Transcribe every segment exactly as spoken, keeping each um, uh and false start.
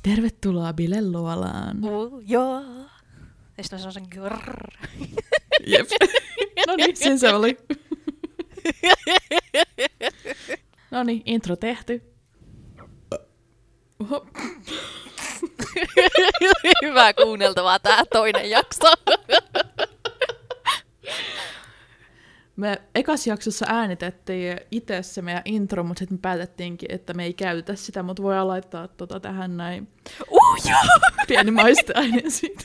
Tervetuloa Bileluolaan. Uh, joo. Ja sitten on sen grrrr. Jep. No niin, siinä se oli. No niin, intro tehty. Oho. Hyvää kuunneltavaa tää toinen jakso. Me ekas jaksossa äänitettiin itse se meidän intro, mutta sitten me päätettiinkin, että me ei käytetä sitä, mutta voidaan laittaa tota tähän näin. Uh, joo! Pieni maisteaine siitä.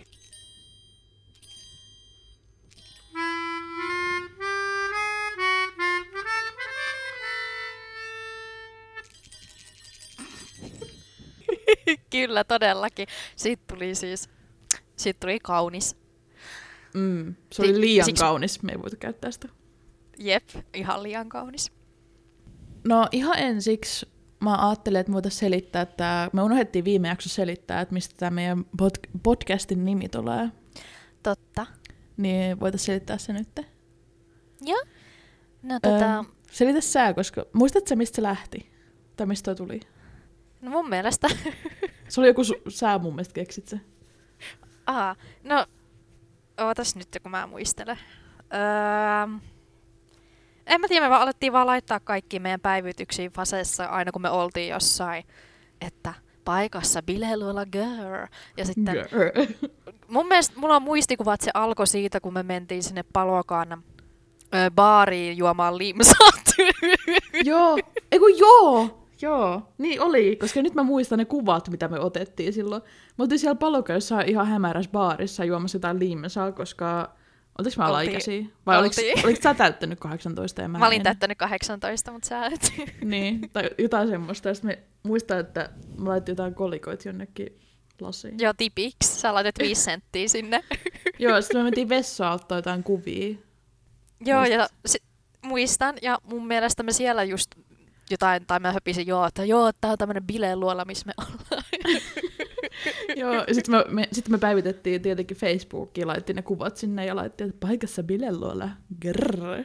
Kyllä, todellakin. Siitä tuli siis, siitä tuli kaunis. Mm, se oli Si- liian siksi- kaunis, me ei voitu käyttää sitä. Jep, ihan liian kaunis. No ihan ensiksi mä ajattelin, että me voitaisiin selittää tää, me unohdettiin viime jaksossa selittää, että mistä tämä meidän pod- podcastin nimi tulee. Totta. Niin voitaisiin selittää se nyt. Joo. No tota, Öö, selitä sä, koska muistatko sä, mistä se lähti? Tai mistä toi tuli? no mun mielestä, Se oli joku, su- sä mun mielestä keksit se. aha, no, ootas nyt, kun mä muistelen. Öö, en mä tiedä, me vaan alettiin vaan laittaa kaikki meidän päivityksiin faseessa aina kun me oltiin jossain, että paikassa Bileluola girl. Ja sitten Grr. mun mielestä mulla on muistikuva, että se alkoi siitä, kun me mentiin sinne Palokaan ö, baariin juomaan limsat. Joo, eiku joo, joo, niin oli, koska nyt mä muistan ne kuvat, mitä me otettiin silloin. Me oltiin siellä Palokössä ihan hämärässä baarissa juomassa jotain limsaa, koska oltiinko mä alaikäisiä? Vai oliko, oltiin. oliko sä täyttänyt kahdeksantoista ja mä Mä olin en? täyttänyt kahdeksantoista, mutta sä et. Niin, tai jotain semmoista. Ja sitten me muistan, että mä laitin jotain kolikoita jonnekin lasiin. Joo, tipiksi. Sä laitat viisi senttiä sinne. Joo, sitten me mentiin vessaan ottaa jotain kuvia. Joo, ja Muistat? si- muistan, ja mun mielestä me siellä just jotain, tai mä höpisin joo, että joo, tää on tämmönen bileluola, missä me ollaan. Joo, ja sitten me, me, sit me päivitettiin tietenkin Facebookiin, laitettiin ne kuvat sinne ja laitettiin, että paikassa Bileluola, grrr.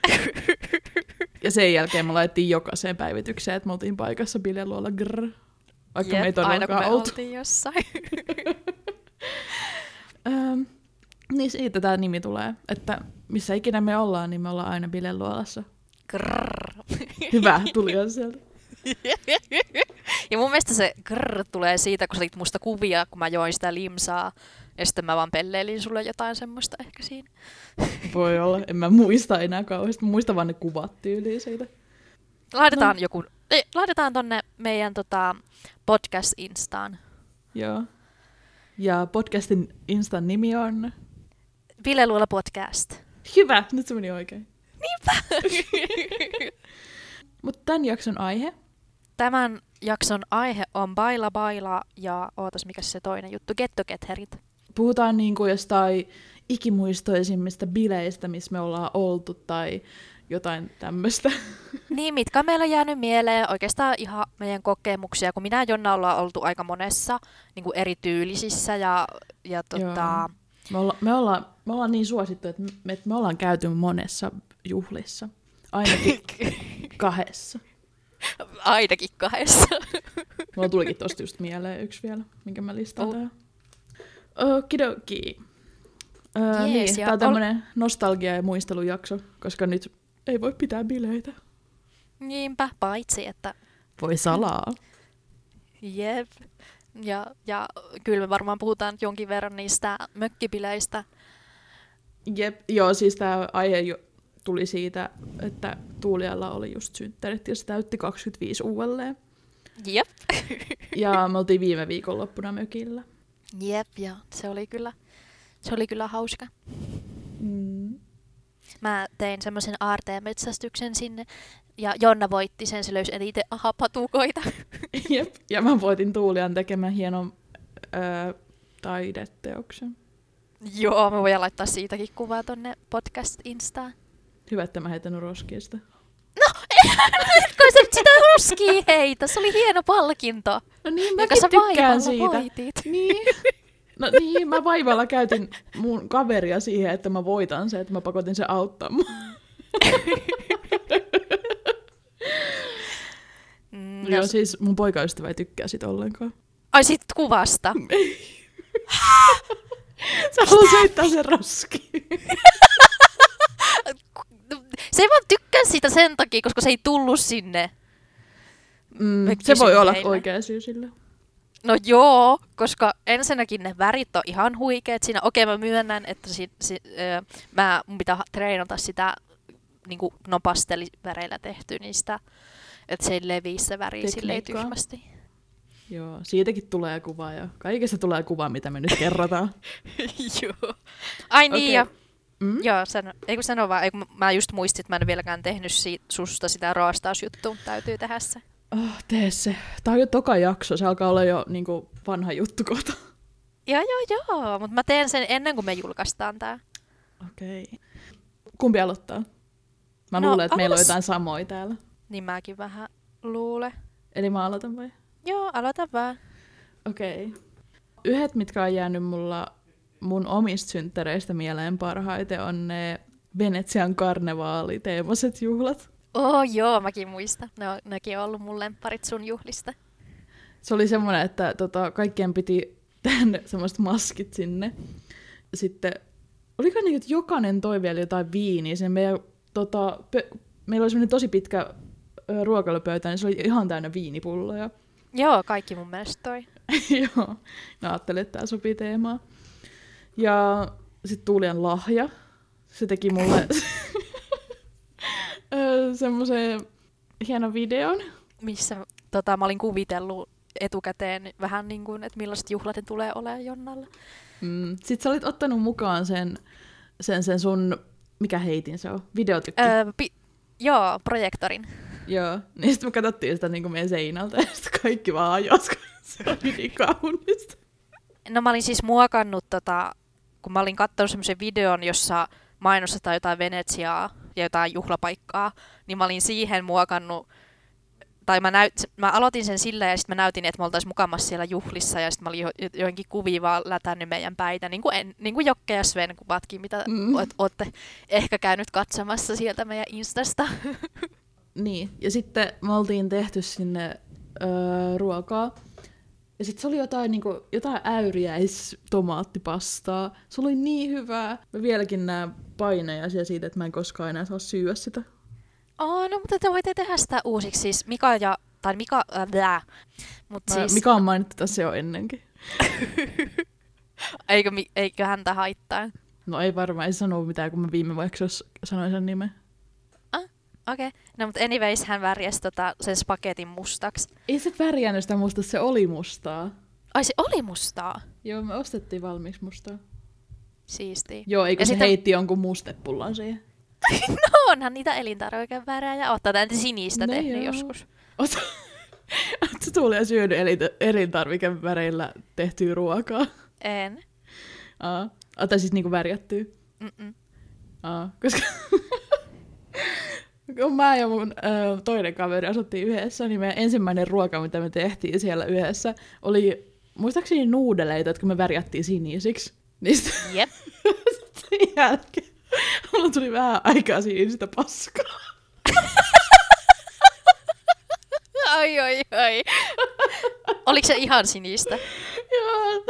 Ja sen jälkeen me laitettiin jokaiseen päivitykseen, että me oltiin paikassa Bileluola, grrr. Vaikka Jep, me ei aina kun me todellakaan oltu. oltiin jossain. Ähm, niin siitä tämä nimi tulee, että missä ikinä me ollaan, niin me ollaan aina Bileluolassa. Grrr. Hyvä, tuli sieltä. Ja mun mielestä se grrr tulee siitä, kun sä otit musta kuvia, kun mä join sitä limsaa. Ja sitten mä vaan pelleilin sulle jotain semmoista ehkä siinä. Voi olla, en mä muista enää kauheasti. Mä muistan vaan ne kuvat tyyliin siitä. Laitetaan No. joku, ei, laitetaan tonne meidän tota, podcast-instaan. Joo. Ja podcastin instan nimi on... Bileluola podcast. Hyvä, nyt se meni oikein. Niinpä! Mutta tämän jakson aihe... Tämän jakson aihe on Baila Baila ja ootas mikä se toinen juttu, Gettoketterit. Puhutaan niinku jostain ikimuistoisimmista bileistä, missä me ollaan oltu tai jotain tämmöistä. Niin, mitkä on meillä jäänyt mieleen oikeastaan ihan meidän kokemuksia, kun minä ja Jonna ollaan oltu aika monessa niin kuin eri tyylisissä ja, ja tota, Me, olla, me, ollaan, me ollaan niin suosittu, että me, että me ollaan käyty monessa juhlissa. Ainakin kahdessa. ainakin kahdessa. Mulla tulikin tosta just mieleen yksi vielä, minkä mä listaan Oh. tähän. Okidoki. Öö, Jees, niin, ja tää on ol- tämmönen nostalgia- ja muistelujakso, koska nyt ei voi pitää bileitä. Niinpä, paitsi että Voi salaa. jep. Ja, ja kyllä me varmaan puhutaan nyt jonkin verran niistä mökkibileistä. Jep, joo, siis tää aihe jo tuli siitä, että Tuulialla oli just synttärit ja se täytti kaksikymmentäviisi uudelleen. Jep. Ja me oltiin viime viikonloppuna mökillä. Jep, ja se oli kyllä, se oli kyllä hauska. Mm. Mä tein semmoisen aarteenmetsästyksen sinne, ja Jonna voitti sen, se löysi eniten ahapatukoita. Jep, ja mä voitin Tuulian tekemään hienon öö, taideteoksen. Joo, me voidaan laittaa siitäkin kuvaa tonne podcast-instaan. Hyvä, että mä heitän roskiista. No, etkö sä nyt sitä roskia heitä? Se oli hieno palkinto, No niin, jonka mäkin sä tykkään vaivalla siitä. voitit. Niin. No niin, mä vaivalla käytin mun kaveria siihen, että mä voitan se, että mä pakotin se auttaa mua. Mm, Joo, siis mun poikaystävä ei tykkää sit ollenkaan. Ai sit kuvasta. Sä haluat heittää sen roskiin. Se ei vaan tykkää sitä sen takia, koska se ei tullut sinne. Mm, se voi olla heille oikea syy sille. No joo, koska ensinnäkin ne värit on ihan huikeet siinä. Okei, mä myönnän, että si, si, ö, mä, mun pitää treenata sitä niinku nopasteliväreillä tehty niistä, että se ei levii se väri silleen tyhmästi. Joo, siitäkin tulee kuva ja kaikesta tulee kuva, mitä me nyt kerrotaan. Joo. Ai niin, okay. Ja mm? joo, sano, ei kun sano vaan, ei kun mä just muistin, että mä en vieläkään tehnyt si, susta sitä raastausjuttua, täytyy tehdä se. Oh, tee se. Tää on jo toka jakso, se alkaa olla jo niinku vanha juttu kohta. Joo, joo, joo, mutta mä teen sen ennen kuin me julkaistaan tää. Okei. Okay. Kumpi aloittaa? Mä no, luulen, että alas... meillä on jotain samoja täällä. Niin mäkin vähän luulen. Eli mä aloitan vai? Joo, aloita vaan. Okei. Okay. Yhdet, mitkä on jäänyt mulla mun omista synttäreistä mieleen parhaiten, on ne Venetsian karnevaaliteemaiset juhlat. Oh joo, mäkin muistan. Ne on, nekin on ollut mun lempparit sun juhlista. Se oli semmoinen, että tota, kaikkien piti tehdä semmoiset maskit sinne. Sitten, oliko niin, että jokainen toi vielä jotain viiniä. Sen meidän, tota, pö- meillä oli semmoinen tosi pitkä ö, ruokailupöytä, niin se oli ihan täynnä viinipulloja. Joo, kaikki mun mielestä toi. Joo, mä ajattelin, että tää sopii teemaan. Ja sitten Tuulian lahja. Se teki mulle semmoisen hienon videon. Missä tota, mä olin kuvitellut etukäteen vähän niin kuin, että millaiset juhlat ne tulee olemaan Jonnalla. Mm. Sitten sä olit ottanut mukaan sen, sen, sen sun, mikä heitin se on, videotykki. Öö, pi- joo, projektorin. Joo, niin sitten me katsottiin sitä niin kuin meidän seinältä ja sitten kaikki vaan ajos, se oli niin kaunista. No mä olin siis muokannut, tota, kun mä olin katsonut semmoisen videon, jossa mainostetaan jotain Venetsiaa ja jotain juhlapaikkaa, niin mä olin siihen muokannut, tai mä, näyt, mä aloitin sen sillä ja sitten mä näytin, että me oltaisiin mukamassa siellä juhlissa ja sitten mä olin jo, joihinkin kuviin vaan lätännyt meidän päitä, niin kuin, en, niin kuin Jokke ja Sven kuvatkin, mitä mm. ootte ehkä käynyt katsomassa sieltä meidän Instasta. Niin, ja sitten me oltiin tehty sinne öö, ruokaa. Ja sitten se oli jotain, niinku, jotain äyriäis-tomaattipastaa. Se oli niin hyvää. Mä vieläkin näen paineja siitä, että mä en koskaan enää saa syödä sitä. Oh, no mutta te voitte tehdä sitä uusiksi. Siis Mika ja... Tai Mika... Äh, Mut mä, siis... Mika on mainittu tässä jo ennenkin. Eikö, eikö häntä haittaa? No ei varmaan, ei sano mitään, kun mä viime jaksossa sanoin sen nimen. Okei. Okay. No mutta anyways, hän värjäsi tota sen spagetin mustaksi. Ei se värjännyt sitä musta, se oli mustaa. Ai se oli mustaa? Joo, me ostettiin valmiiksi mustaa. Siistiä. Joo, eikö ja se sitten... heitti jonkun mustepullan siihen? No onhan niitä elintarvikevärejä. Oottaa tämän sinistä no tehnyt joo. joskus. Oletko Tuulia syönyt elintarvikeväreillä tehtyä ruokaa? En. Aa. Tai siis niinku värjättyä? Mm-mm. Aa, koska... kun mä ja mun ö, toinen kaveri asuttiin yhdessä, niin meidän ensimmäinen ruoka, mitä me tehtiin siellä yhdessä, oli muistaakseni nuudeleita, jotka me värjättiin sinisiksi. Niistä Jep. sen jälkeen mulla tuli vähän aikaa sinistä paskaa. Ai, ai, ai. Oliko se ihan sinistä? Joo.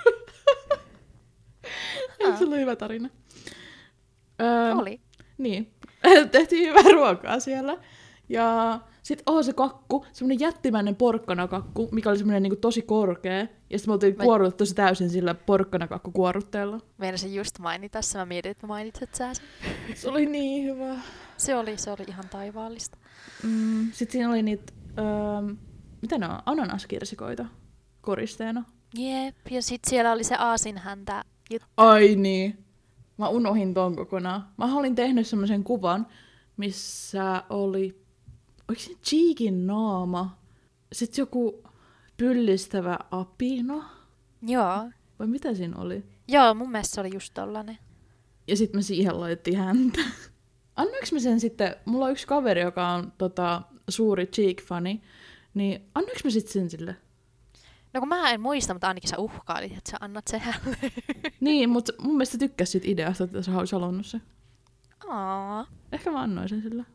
Eikö se ollut hyvä tarina? Öö, oli. Niin. Tehtiin hyvää ruokaa siellä. Ja sit oh, se kakku, semmonen jättimäinen porkkanakakku, mikä oli semmonen niinku tosi korkea. Ja sit me oltiin kuorutettu se täysin sillä porkkanakakkukuorutteella. Meinasin just mainita se, mä mietin, että mainitset sä sen. Se oli niin hyvä. Se oli, se oli ihan taivaallista. Mm, sit siinä oli niitä, öö, mitä ne on, ananaskirsikoita koristeena. Jep, ja sit siellä oli se aasinhäntä juttu. Ai niin. Mä unohin ton kokonaan. Mä olin tehnyt semmoisen kuvan, missä oli, oliko se Cheekin naama? Sitten joku pyllistävä apino. Joo. Vai mitä siinä oli? Joo, mun mielestä se oli just tollanen. Ja sitten me siihen laitettiin häntä. Annoinko me sen sitten, mulla on yksi kaveri, joka on tota, suuri Cheek-fani, niin annoinko me sitten sen sille? No kun mä en muista, mutta ainakin sä uhkailit, että sä annat sen hänelle. Niin, mutta mun mielestä tykkäsi siitä ideasta, että sä olisi halunnut se. Aa. Ehkä mä annoin sen sille.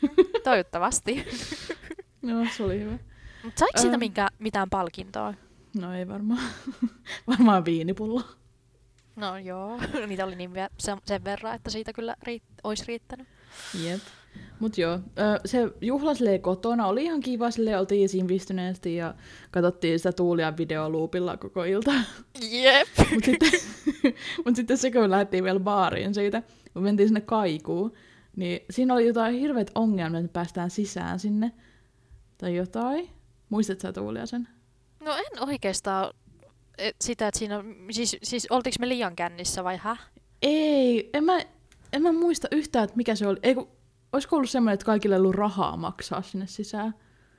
Toivottavasti. Joo, se oli hyvä. Mutta saiko siitä minkä, mitään palkintoa? No ei varmaan. Varmaan viinipullo. No joo, niitä oli niin sen, sen verran, että siitä kyllä riitt- olisi riittänyt. Jep. Mut joo, se juhla silleen kotona oli ihan kiva, silleen oltiin simpistyneesti ja katsottiin sitä Tuulia videoluupilla koko ilta. Jep. Mut sitten, mut sitten se, kun lähdettiin vielä baariin siitä, kun mentiin sinne Kaikuun, niin siinä oli jotain hirveät ongelmia, että päästään sisään sinne. Tai jotain. Muistatko sä Tuulia sen? No en oikeastaan et sitä, että siinä, siis, siis oltiinko me liian kännissä vai hä? Ei, en mä, en mä muista yhtään, että mikä se oli. Ei, kun, olisiko ollut semmoinen, että kaikille ei ollut rahaa maksaa sinne sisään?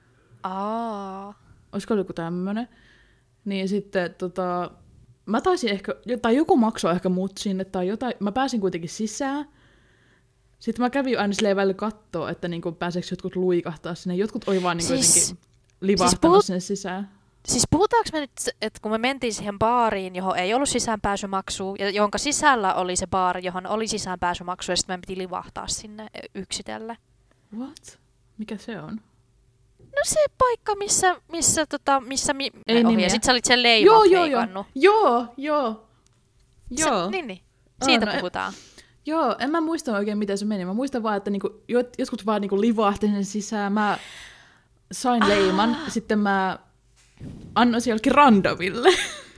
Aa. Olisiko ollut joku tämmönen? Niin sitten tota, mä taisin ehkä, tai joku maksoi ehkä mut sinne, tai jotain, mä pääsin kuitenkin sisään. Sitten mä kävin aina silleen välillä kattoo, että niinku pääseekö jotkut luikahtaa sinne. Jotkut oli vaan niinku siis, jotenkin livahtanut siis puhut, sinne sisään. Siis puhutaanko me nyt, että kun me mentiin siihen baariin, johon ei ollut sisäänpääsymaksua, ja jonka sisällä oli se baari, johon oli sisäänpääsymaksu, ja sitten meidän piti livahtaa sinne yksitelle. What? Mikä se on? No se paikka, missä, missä, tota, missä mi- ei ohi, ja sit sä olit sen leiman joo, joo, feikannut. Joo, joo, joo. Se, niin, niin. Siitä oh, no, puhutaan. En, joo, en mä muista oikein, miten se meni. Mä muistan vaan, että niinku, jotkut vaan niinku livahti sen sisään. Mä sain ah. leiman, sitten mä annoin se jollekin randomille.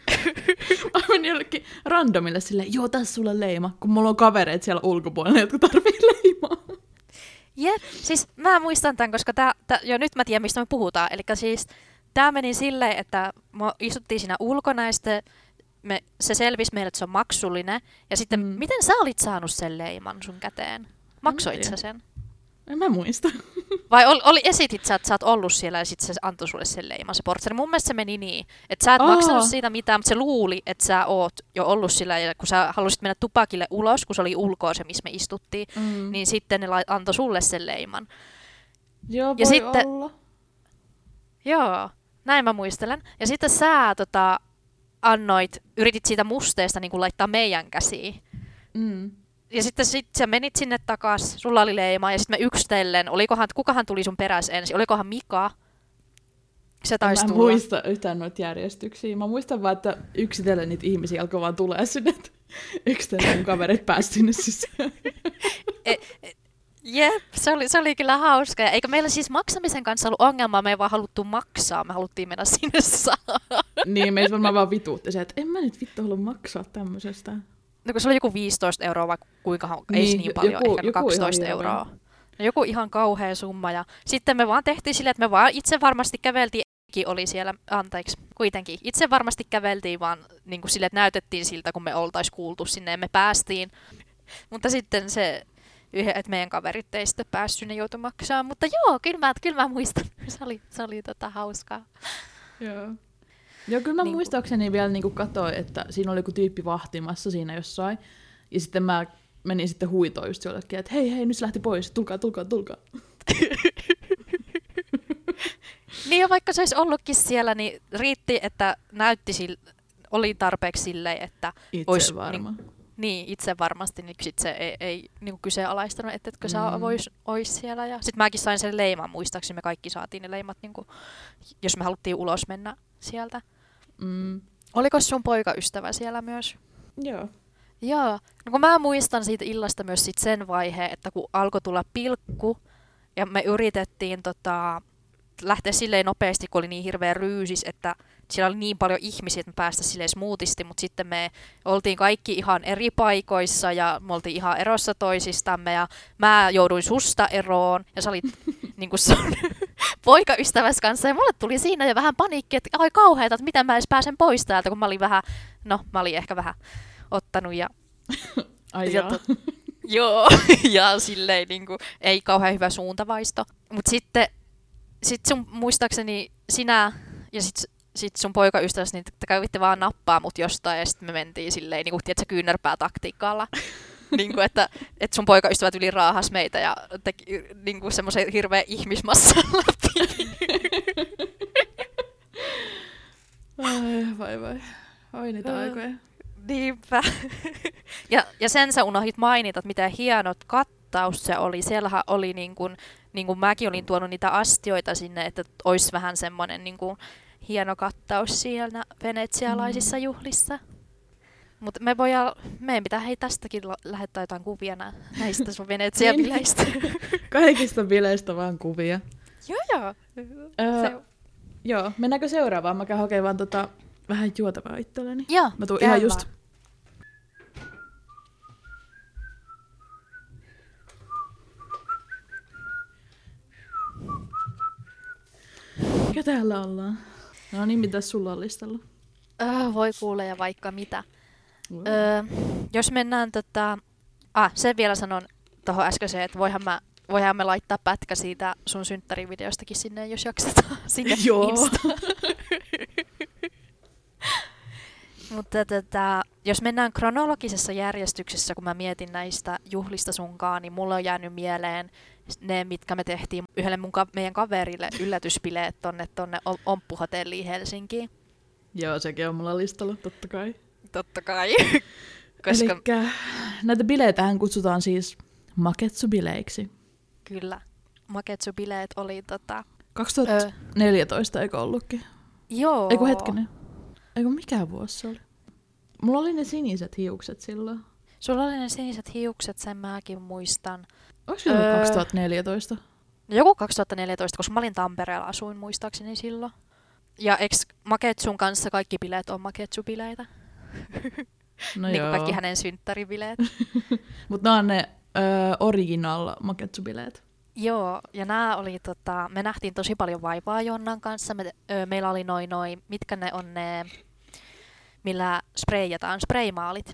Mä menin jollekin randomille silleen, joo, tässä sulle leima, kun mulla on kavereita siellä ulkopuolella, jotka tarvii leimaa. Jep, siis mä muistan tämän, koska tää, tää, jo nyt mä tiedän, mistä me puhutaan. Eli siis tää meni silleen, että me istuttiin siinä ulkona ja sitten me, se selvisi meille, että se on maksullinen. Ja sitten, mm. miten sä olit saanut sen leiman sun käteen? Maksoit sä sen? En mä muista. Vai oli, oli esitit sä, että sä oot ollut siellä ja sitten se antoi sulle sen leiman, se portsari. Mun mielestä se meni niin, että sä et Aa. maksanut siitä mitään, mutta se luuli, että sä oot jo ollut sillä. Ja kun sä halusit mennä tupakille ulos, kun se oli ulkoa se, missä me istuttiin, mm. niin sitten ne antoi sulle sen leiman. Joo, ja voi sitten, olla. Joo, näin mä muistelen. Ja sitten sä tota, annoit, yritit siitä musteesta niin kuin laittaa meidän käsiin. Mm. Ja sitten sit sä menit sinne takas, sulla oli leima, ja sitten me yksitellen, olikohan, kukahan tuli sun peräs ensin, olikohan Mika? Se taisi tulla. Mä tulla. en muista yhtään noita järjestyksiä. Mä muistan vaan, että yksitellen niitä ihmisiä alkoi vaan tulee sinne, että yksitellen mun kaverit pääsi sinne sisään. E, e, jep, se oli, se oli kyllä hauska. Ja eikö meillä siis maksamisen kanssa ollut ongelmaa, me ei vaan haluttu maksaa, me haluttiin mennä sinne saan. Niin, meitä varmaan vaan vituutti se, että en mä nyt vittu halua maksaa tämmöisestä. No kun se oli joku viisitoista euroa, vai kuinkahan, niin, ei niin paljon, joku, ehkä joku kaksitoista euroa. No, joku ihan kauhea summa. Ja sitten me vaan tehtiin silleen, että me vaan itse varmasti käveltiin, oli siellä, anteeksi, kuitenkin. Itse varmasti käveltiin vaan niin kuin sille, että näytettiin siltä, kun me oltaisiin kuultu sinne ja me päästiin. Mutta sitten se, että meidän kaverit ei sitten päässyt, ne joutui maksamaan. Mutta joo, kyllä mä, kyllä mä muistan, se oli, se oli tota hauskaa. Joo. Joo, kyllä mä niin muistaakseni vielä niin katsoin, että siinä oli joku tyyppi vahtimassa siinä jossain. Ja sitten mä menin sitten huitoon just jollekin, että hei, hei, nyt se lähti pois, tulkaa, tulkaa, tulkaa. Niin ja vaikka se olisi ollutkin siellä, niin riitti, että näytti sille, oli tarpeeksi silleen, että itse olisi varma. Niin, niin, itse varmasti, niin sit se ei, ei niin kyseenalaistanut, että etkö mm. sä ois, ois siellä. Ja sitten mäkin sain sen leiman, muistaakseni me kaikki saatiin ne leimat, niin kuin, jos me haluttiin ulos mennä sieltä. Mm. Oliko sun poikaystävä siellä myös? Joo. Joo. No kun mä muistan siitä illasta myös sit sen vaiheen, että kun alkoi tulla pilkku, ja me yritettiin tota, lähteä silleen nopeasti, kun oli niin hirveä ryysis, että siellä oli niin paljon ihmisiä, että me päästä silleen smoothisti, mutta sitten me oltiin kaikki ihan eri paikoissa ja me oltiin ihan erossa toisistamme ja mä jouduin susta eroon ja sä olit niin kuin sun poikaystäväs kanssa ja mulle tuli siinä jo vähän paniikki, että ai kauheeta, että miten mä edes pääsen pois täältä, kun mä olin vähän, no mä olin ehkä vähän ottanut ja... Ai ja tot, joo, ja silleen niin kuin, ei kauhean hyvä suuntavaisto. Mutta sitten sit sun muistaakseni sinä ja sit, sit sun poikaystäväsi, niin te kävitte vaan nappaa mut jostain ja sitten me mentiin silleen, niin kuin tiedätkö, kyynärpää taktiikalla. niin kuin, että, että sun poikaystävät yli raahas meitä ja teki niin kuin semmoisen hirveän ihmismassan läpi. Ai, vai vai. Oi niitä aikoja. Niinpä. ja, ja sen sä unohdit mainita, että mitä hienot kattaus se oli. Siellähän oli niin kuin, niin kuin mäkin olin tuonut niitä astioita sinne, että olisi vähän semmoinen niin kuin hieno kattaus siellä venetsialaisissa mm. juhlissa. Mutta me voidaan, meidän pitää hei tästäkin lähettää jotain kuvia näistä sun Venetsia-bileistä. Kaikista bileistä vaan kuvia. Joo, joo. Öö, Se... Joo, mennäänkö seuraavaan? Mä käyn hakemaan tota, vähän juotavaa itselleni. Joo, mä tuun ihan just. Mikä täällä ollaan? No niin, mitäs sulla on listalla? Öö, voi kuulla ja vaikka mitä. Wow. Öö, jos mennään tota... Ah, sen vielä sanon tohon äskeiseen, että voihan, mä, voihan me laittaa pätkä siitä sun synttärivideostakin sinne, jos jaksetaan sinne Instaan. Mutta tota, jos mennään kronologisessa järjestyksessä, kun mä mietin näistä juhlista sunkaan, niin mulle on jäänyt mieleen ne, mitkä me tehtiin yhdelle mun ka- meidän kaverille yllätyspileet tonne, tonne Omppuhotelliin Helsinkiin. Joo, sekin on mulla listalla, totta kai. Totta kai. Koska... Elikkä näitä bileitähän kutsutaan siis Maketsu-bileiksi. Kyllä. Maketsu-bileet oli tota... kaksituhattaneljätoista, eikö ollutkin? Joo. Eiku hetkinen. Eiku mikä vuosi se oli? Mulla oli ne siniset hiukset silloin. Sulla oli ne siniset hiukset, sen mäkin muistan. Oliko se öö... kaksituhattaneljätoista? Joku kaksituhattaneljätoista, koska mä olin Tampereella, asuin muistaakseni silloin. Ja eks Maketsun kanssa kaikki bileet on Maketsu-bileitä? No niin kuin kaikki hänen synttäribileet. Mutta nämä on ne ö, original Maketsu-bileet. Joo, ja nämä oli, tota, me nähtiin tosi paljon vaivaa Jonnan kanssa. Me, ö, meillä oli noin noin, mitkä ne on ne, millä sprayjataan, spraymaalit.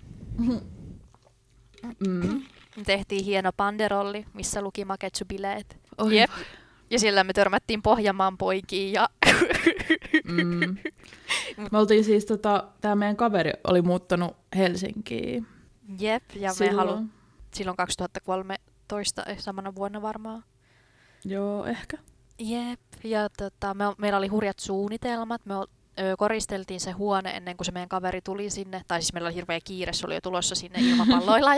Mm. Me tehtiin hieno banderolli, missä luki Maketsu-bileet. Oh. Jep. Ja sillä me törmättiin Pohjanmaan poikiin ja... mm. Me oltiin siis, tota, tää meidän kaveri oli muuttanut Helsinkiin. Jep, ja silloin. me halu... Silloin kaksituhattakolmetoista, samana vuonna varmaan. Joo, ehkä. Jep, ja tota, me, meillä oli hurjat suunnitelmat. Me o, ö, koristeltiin se huone ennen kuin se meidän kaveri tuli sinne. Tai siis meillä oli hirveä kiire, se oli jo tulossa sinne ilmapalloilla. Ja...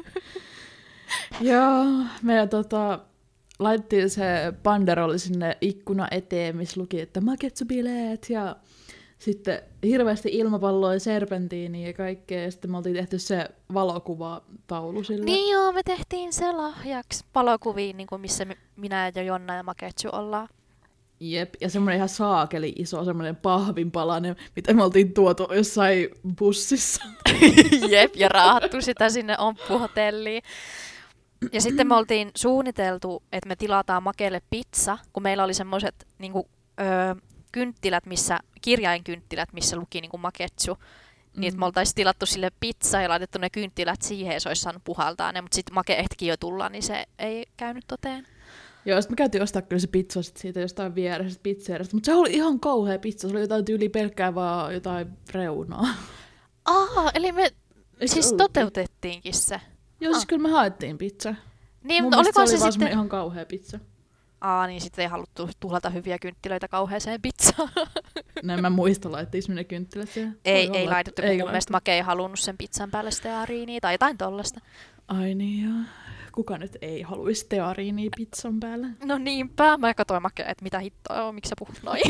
Joo, me tota... laitettiin se banderolli sinne ikkuna eteen, missä luki, että Maketsu-bileet ja sitten hirveästi ilmapalloa ja serpentiiniä ja kaikkea. Ja sitten me oltiin tehty se valokuvataulu sille. Niin joo, me tehtiin se lahjaksi valokuviin, niin kuin missä minä ja Jonna ja Maketsu ollaan. Jep, ja semmoinen ihan saakeli iso semmoinen pahvinpalanen, mitä me oltiin tuotu jossain bussissa. Jep, ja raahattu sitä sinne Omppuhotelliin. Ja sitten me oltiin suunniteltu, että me tilataan Makeelle pizza, kun meillä oli semmoiset niinku, öö, kynttilät, missä, kirjainkynttilät, missä luki niinku Maketsu. Mm. Niin, että me oltaisiin tilattu sille pizza ja laitettu ne kynttilät siihen, ja se olisi saanut puhaltaa ne. Mutta sitten Make ehtikin jo tulla, niin se ei käynyt toteen. Joo, sitten me käytiin ostaa kyllä se pizza sit siitä jostain viereisestä pizzeriasta. Mutta se oli ihan kauhea pizza. Se oli jotain tyyliä pelkkää vaan jotain reunaa. Aa, eli me Eikö siis ollut? Toteutettiinkin se. Joo, siis ah. kyllä me haettiin pizza. Niin, mutta oliko se oli se vaan sitten... ihan kauhea pizza. Aa, niin sitten ei haluttu tuhlata hyviä kynttilöitä kauheeseen pizzaan. No en mä muista, laittiinko me ne kynttilät siihen. Ei, ei laitettu, kun mun mielestä Make ei halunnut sen pizzan päälle steariinia tai jotain tollasta. Ai niin joo. Kuka nyt ei haluisi steariinia pizzan päälle? No niinpä, mä katsoin Makea, että mitä hittoa, miksi sä puhut noin.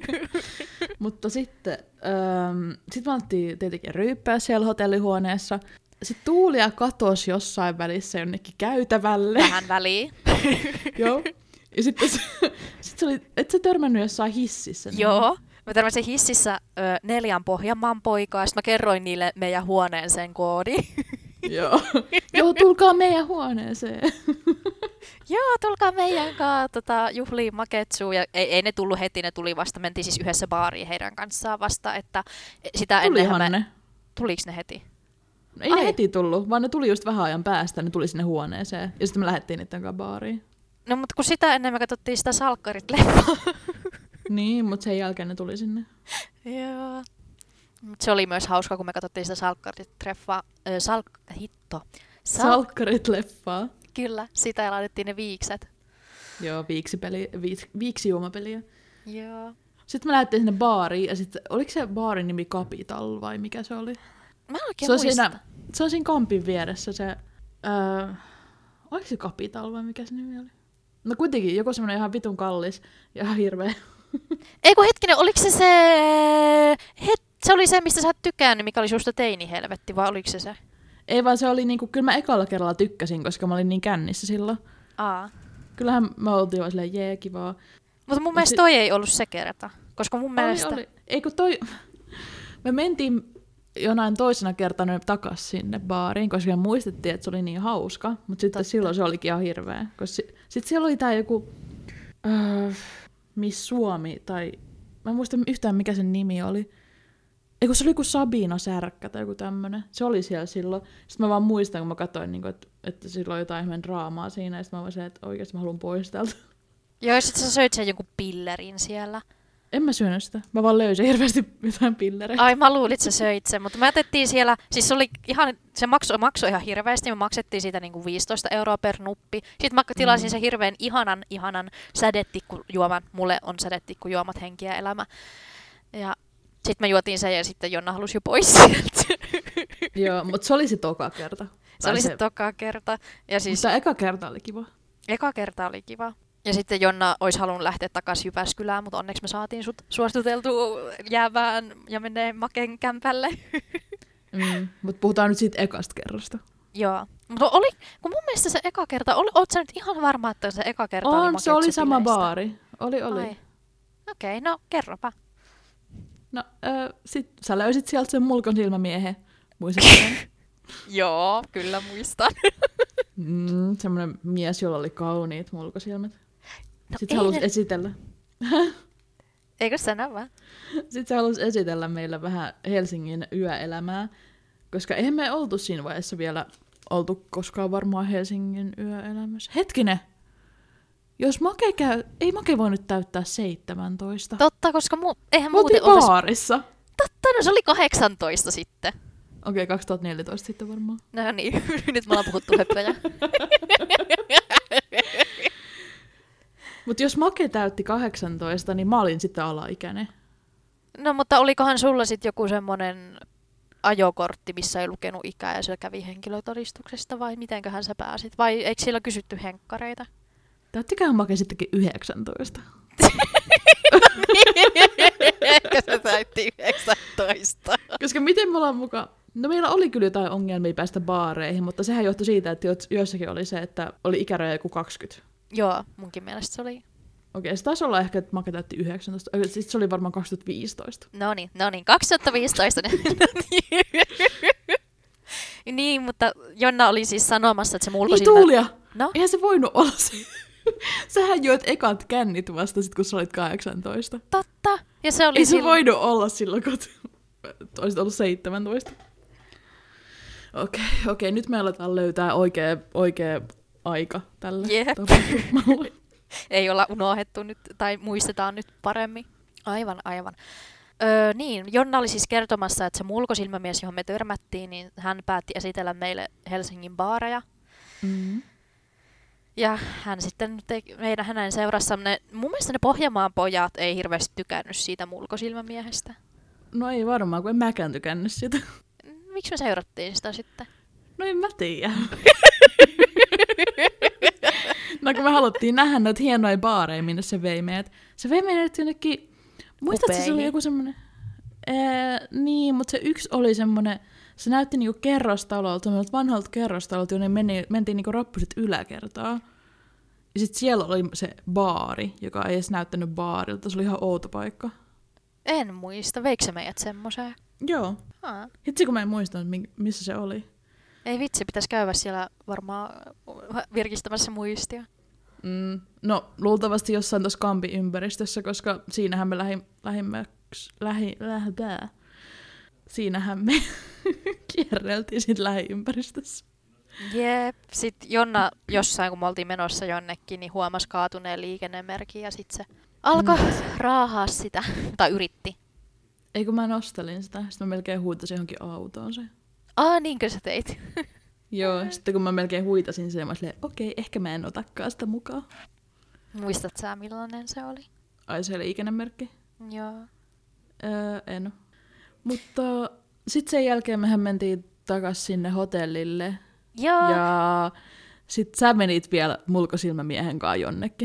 Mutta sitten, ähm, sit me alettiin tietenkin ryyppää siellä hotellihuoneessa. Sitten Tuulia katosi jossain välissä jonnekin käytävälle. Vähän väliin. Joo. Ja sitten se, sit se oli, et sä törmännyt jossain hississä? Niin? Joo. Mä törmäsin hississä ö, neljän Pohjanmaan poikaa, sitten mä kerroin niille meidän huoneeseen koodin. Joo. Joo, tulkaa meidän huoneeseen. Joo, tulkaa meidän kanssa tota, juhliin Maketsuun. Ja ei, ei ne tullut heti, ne tuli vasta. Mentiin siis yhdessä baariin heidän kanssaan vasta. Että sitä Tulihan me... ne. Tuliko ne heti? Ei Ai. ne heti tullut, vaan ne tuli just vähän ajan päästä. Ne tuli sinne huoneeseen. Ja sitten me lähdettiin niiden kanssa baariin. No, mutta kun sitä ennen me katsottiin sitä Salkkarit-leffaa. Niin, mutta sen jälkeen ne tuli sinne. Joo. Mut se oli myös hauska, kun me katsottiin sitä Salkkarit-leffaa. Äh, salk- hitto. Sal- Salkkarit-leffaa. Kyllä, sitä ja laitettiin ne viikset. Joo, viiksipeli, viik, viiksijuomapeliä. Joo. Sitten me lähdettiin sinne baariin, ja sitten, oliko se baarin nimi Capital vai mikä se oli? Mä en oikein se on muista. Siinä, se on siinä kampin vieressä se, öö, oliko se Capital vai mikä se nimi oli? No kuitenkin, joku semmoinen ihan vitun kallis ja ihan hirveä Ei kun hetkinen, oliko se se... Het... Se oli se, mistä sä oot tykännyt, mikä oli susta teinihelvetti, vai oliko se se? Ei vaan se oli niinku, kyllä mä ekalla kerralla tykkäsin, koska mä olin niin kännissä silloin. Aa. Kyllähän me oltiin vaan silleen, jee, kivaa. Mutta mun Mut mielestä si- toi ei ollut se kerta, koska mun oli, mielestä... oli. Ei kun toi... Me mentiin jonain toisena kertana takas sinne baariin, koska me muistettiin, että se oli niin hauska. Mutta sitten Totta. silloin se olikin ihan hirveä. Si- sitten siellä oli tää joku... Äh, Miss Suomi, tai... Mä en muista yhtään, mikä sen nimi oli. Eiku se oli joku Sabina Särkkä tai joku tämmönen. Se oli siellä silloin. Sitten mä vaan muistan, kun mä katsoin, niin että, että sillä on jotain ihmeen draamaa siinä. Ja sitten mä vaan se, että oikeasti mä haluan pois täältä. Joo, ja sit sä söit sen jonkun pillerin siellä. En mä syönyt sitä. Mä vaan löysin hirveästi jotain pillereitä. Ai, mä luulin, että sä söit sen, mutta me jätettiin siellä, siis se oli ihan, se maksoi makso ihan hirveästi, me maksettiin siitä niinku viisitoista euroa per nuppi. Sitten mä tilasin mm. sen hirveän ihanan, ihanan sädetikkujuoman, mulle on sädetikkujuomat henki ja elämä. Ja sitten me juotiin sen ja sitten Jonna halusi jo pois sieltä. Joo, mutta se oli se toka kerta. Se oli se, se toka kerta. Ja siis mutta eka kerta oli kiva. Eka kerta oli kiva. Ja sitten Jonna olisi halunnut lähteä takaisin Jyväskylään, mutta onneksi me saatiin sut suostuteltua jäävään ja menee Maken kämpälle. Mm, mutta puhutaan nyt siitä ekasta kerrasta. Joo. Mutta oli, kun mun mielestä se eka kerta, oli, oot sä nyt ihan varma, että se eka kerta on, oli se oli Maketsu sama bileistä? baari. Oli, oli. Okei, okay, no kerropa. No, äh, sit sä löysit sieltä sen mulkon silmämiehen. Muistatko? Joo, kyllä muistan. mm, semmoinen mies, jolla oli kauniit mulkosilmät. No Sitten se halusi ne... esitellä. Eikö sano vaan? Sitten se halusi esitellä meille vähän Helsingin yöelämää, koska eihän me oltu siinä vaiheessa vielä oltu koskaan varmaan Helsingin yöelämässä. Hetkinen! Jos Make käy... Ei Make voi nyt täyttää seitsemäntoista. Totta, koska mu... eihän me muuten oltiin baarissa. Oltais... Totta, no se oli kahdeksantoista sitten. Okei, okay, kaksituhattaneljätoista sitten varmaan. No niin, nyt me ollaan puhuttu höppöjä. Mutta jos Make täytti kahdeksantoista, niin mä olin sitten alaikäinen. No mutta olikohan sulla sitten joku semmoinen ajokortti, missä ei lukenut ikää ja se kävi henkilötodistuksesta vai mitenköhän sä pääsit? Vai eikö siellä kysytty henkkareita? Täyttiköhän Make sittenkin yhdeksäntoista? Ehkä se täytti yhdeksäntoista. Koska miten me ollaan mukaan... No meillä oli kyllä jotain ongelmia päästä baareihin, mutta sehän johtui siitä, että joissakin oli se, että oli ikäraja joku kaksikymmentä. Joo, munkin mielestä se oli. Okei, se taisi olla ehkä, että Make täytti yhdeksäntoista. Sitten se oli varmaan kaksituhattaviisitoista. No niin, no niin, kaksituhattaviisitoista. Niin, mutta Jonna oli siis sanomassa, että se mulkosilmä... Niin Tuulia! No? Eihän se voinut olla se. Sähän joit ekat kännit vasta sit, kun sä olit kahdeksantoista. Totta. Ja se oli Ei se silloin... voinut olla silloin, kun olisit ollut seitsemäntoista. Okei, okay, okei, okay, nyt me aletaan löytää oikea, oikea aika tälle Jep. tapahtumalle. Ei olla unohdettu nyt, tai muistetaan nyt paremmin. Aivan, aivan. Öö, niin, Jonna oli siis kertomassa, että se mulkosilmämies, johon me törmättiin, niin hän päätti esitellä meille Helsingin baareja. Mm-hmm. Ja hän sitten teki meidän hänen seurassamme. Ne, mun mielestä ne Pohjanmaan pojat ei hirveästi tykännyt siitä mulkosilmämiehestä. No ei varmaan, kun en mäkään tykännyt sitä. Miksi me seurattiin sitä sitten? No en mä tiedä. No kun me haluttiin nähdä noita hienoja baareja, minne se vei meidät. Se vei meidät jonnekin... Muistatko, se oli joku semmoinen... Ee, niin, mutta se yksi oli semmoinen... Se näytti niinku kerrostalolta, semmoilta vanhalta kerrostalolta, jonne meni, mentiin niinku rappuset yläkertaa. Ja sitten siellä oli se baari, joka ei edes näyttänyt baarilta. Se oli ihan outo paikka. En muista. Veikö se meidät semmoiseen? Joo. Haa. Hitsi kun mä en muistanut, missä se oli. Ei vitsi, pitäisi käydä siellä varmaan virkistämässä muistia. Mm, no, luultavasti jossain tuossa Kampi-ympäristössä, koska siinähän me lähi, lähimmäksi... Lähi, lähdää. Siinähän me kierreltiin siitä lähiympäristössä. Jep. Sitten Jonna jossain, kun me oltiin menossa jonnekin, niin huomasi kaatuneen liikennemerkin ja sitten se alkoi mm. raahaa sitä. Tai yritti. Ei kun mä nostelin sitä, sitten mä melkein huitasin johonkin autoon se. Aa, niinkö sä teit? Joo, sitten kun mä melkein huitasin sen, mä silleen, okei, ehkä mä en otakaan sitä mukaan. Muistat sä, millainen se oli? Ai se liikennemerkki? Joo. Öö, en. Mutta sitten sen jälkeen mehän mentiin takas sinne hotellille. Joo. Ja sit sä menit vielä mulkosilmämiehen kanssa jonnekin.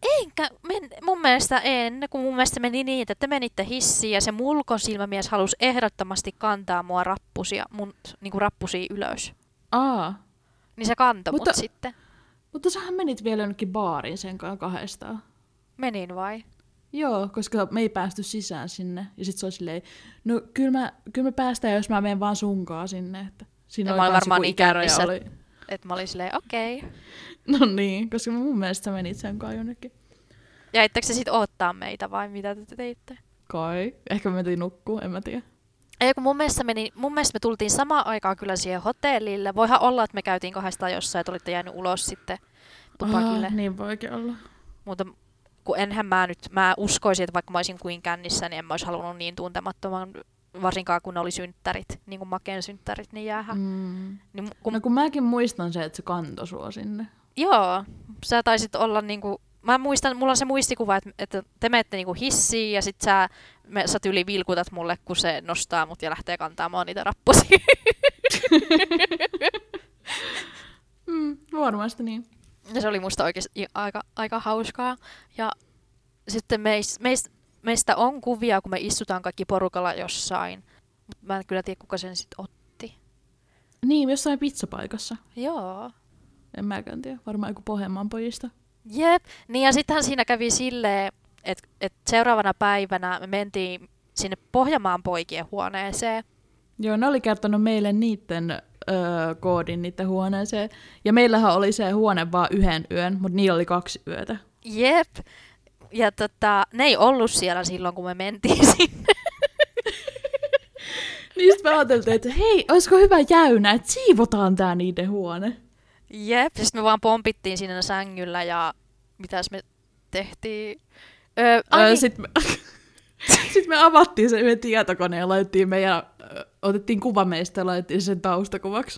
Enkä, men, mun mielestä en, kun mun mielestä meni niin, että te menitte hissiin ja se mulkon silmämies halusi ehdottomasti kantaa mua rappusia, mun niinku rappusia ylös. Aa. Niin se kantoi Mutta- mut sitten. Mutta sähän menit vielä jonnekin baariin sen kanssa kahdestaan. Menin vai? Joo, koska me ei päästy sisään sinne. Ja sit se oli silleen, no kyllä, mä, kyllä me päästään, jos mä menen vaan sunkaan sinne. Että siinä Ja oli mä olin kans varmaan joku niin ikäraja kännissä, oli. että mä olin silleen, okei. Okay. No niin, koska mun mielestä sä menit sen kanssa jonnekin. Jäittekö se sit odottaa meitä vai mitä te teitte? Kai. Ehkä me mentiin nukkuu, en mä tiedä. Ei, kun mun mielestä, meni, mun mielestä me tultiin samaan aikaan kyllä siihen hotellille. Voihan olla, että me käytiin kahdestaan jossain ja te olitte jäänyt ulos sitten tupakille. Ah, niin voikin olla. Mutta kun enhän mä nyt, mä uskoisin, että vaikka mä olisin kuin kännissä, niin en mä olisi halunnut niin tuntemattoman, varsinkaan kun ne oli synttärit, niin kuin Maken synttärit, niin jäähän. Mm. Niin, kun, No kun mäkin muistan se, että se kantoi sua sinne. joo, sä taisit olla niinku, mä muistan, mulla on se muistikuva, että, että te menette niinku hissiin ja sit sä, me, sä tyli vilkutat mulle, kun se nostaa mut ja lähtee kantaamaan niitä rappusia. Mm, varmasti niin. Ja se oli musta oikeasti aika, aika hauskaa. Ja sitten meis, meis, meistä on kuvia, kun me istutaan kaikki porukalla jossain. Mutta mä en kyllä tiedä, kuka sen sitten otti. Niin, jossain pizzapaikassa. Joo. En mäkään tiedä. Varmaan joku Pohjanmaan pojista. Jep. Niin ja sittenhän siinä kävi silleen, että et seuraavana päivänä me mentiin sinne Pohjanmaan poikien huoneeseen. Joo, ne oli kertonut meille niiden öö, koodin niiden huoneeseen. Ja meillähän oli se huone vaan yhden yön, mutta niillä oli kaksi yötä. Jep. Ja tota, ne ei ollut siellä silloin, kun me mentiin sinne. Niistä me ajateltiin, että hei, olisiko hyvä jäynä, että siivotaan tää niiden huone. Jep, sitten me vaan pompittiin siinä sängyllä ja mitäs me tehtiin? Öö, ai Öö, niin. Sitten me, sit me avattiin se yhden tietokoneen ja laitettiin meidän, ö, otettiin kuva meistä ja laitettiin sen taustakuvaksi.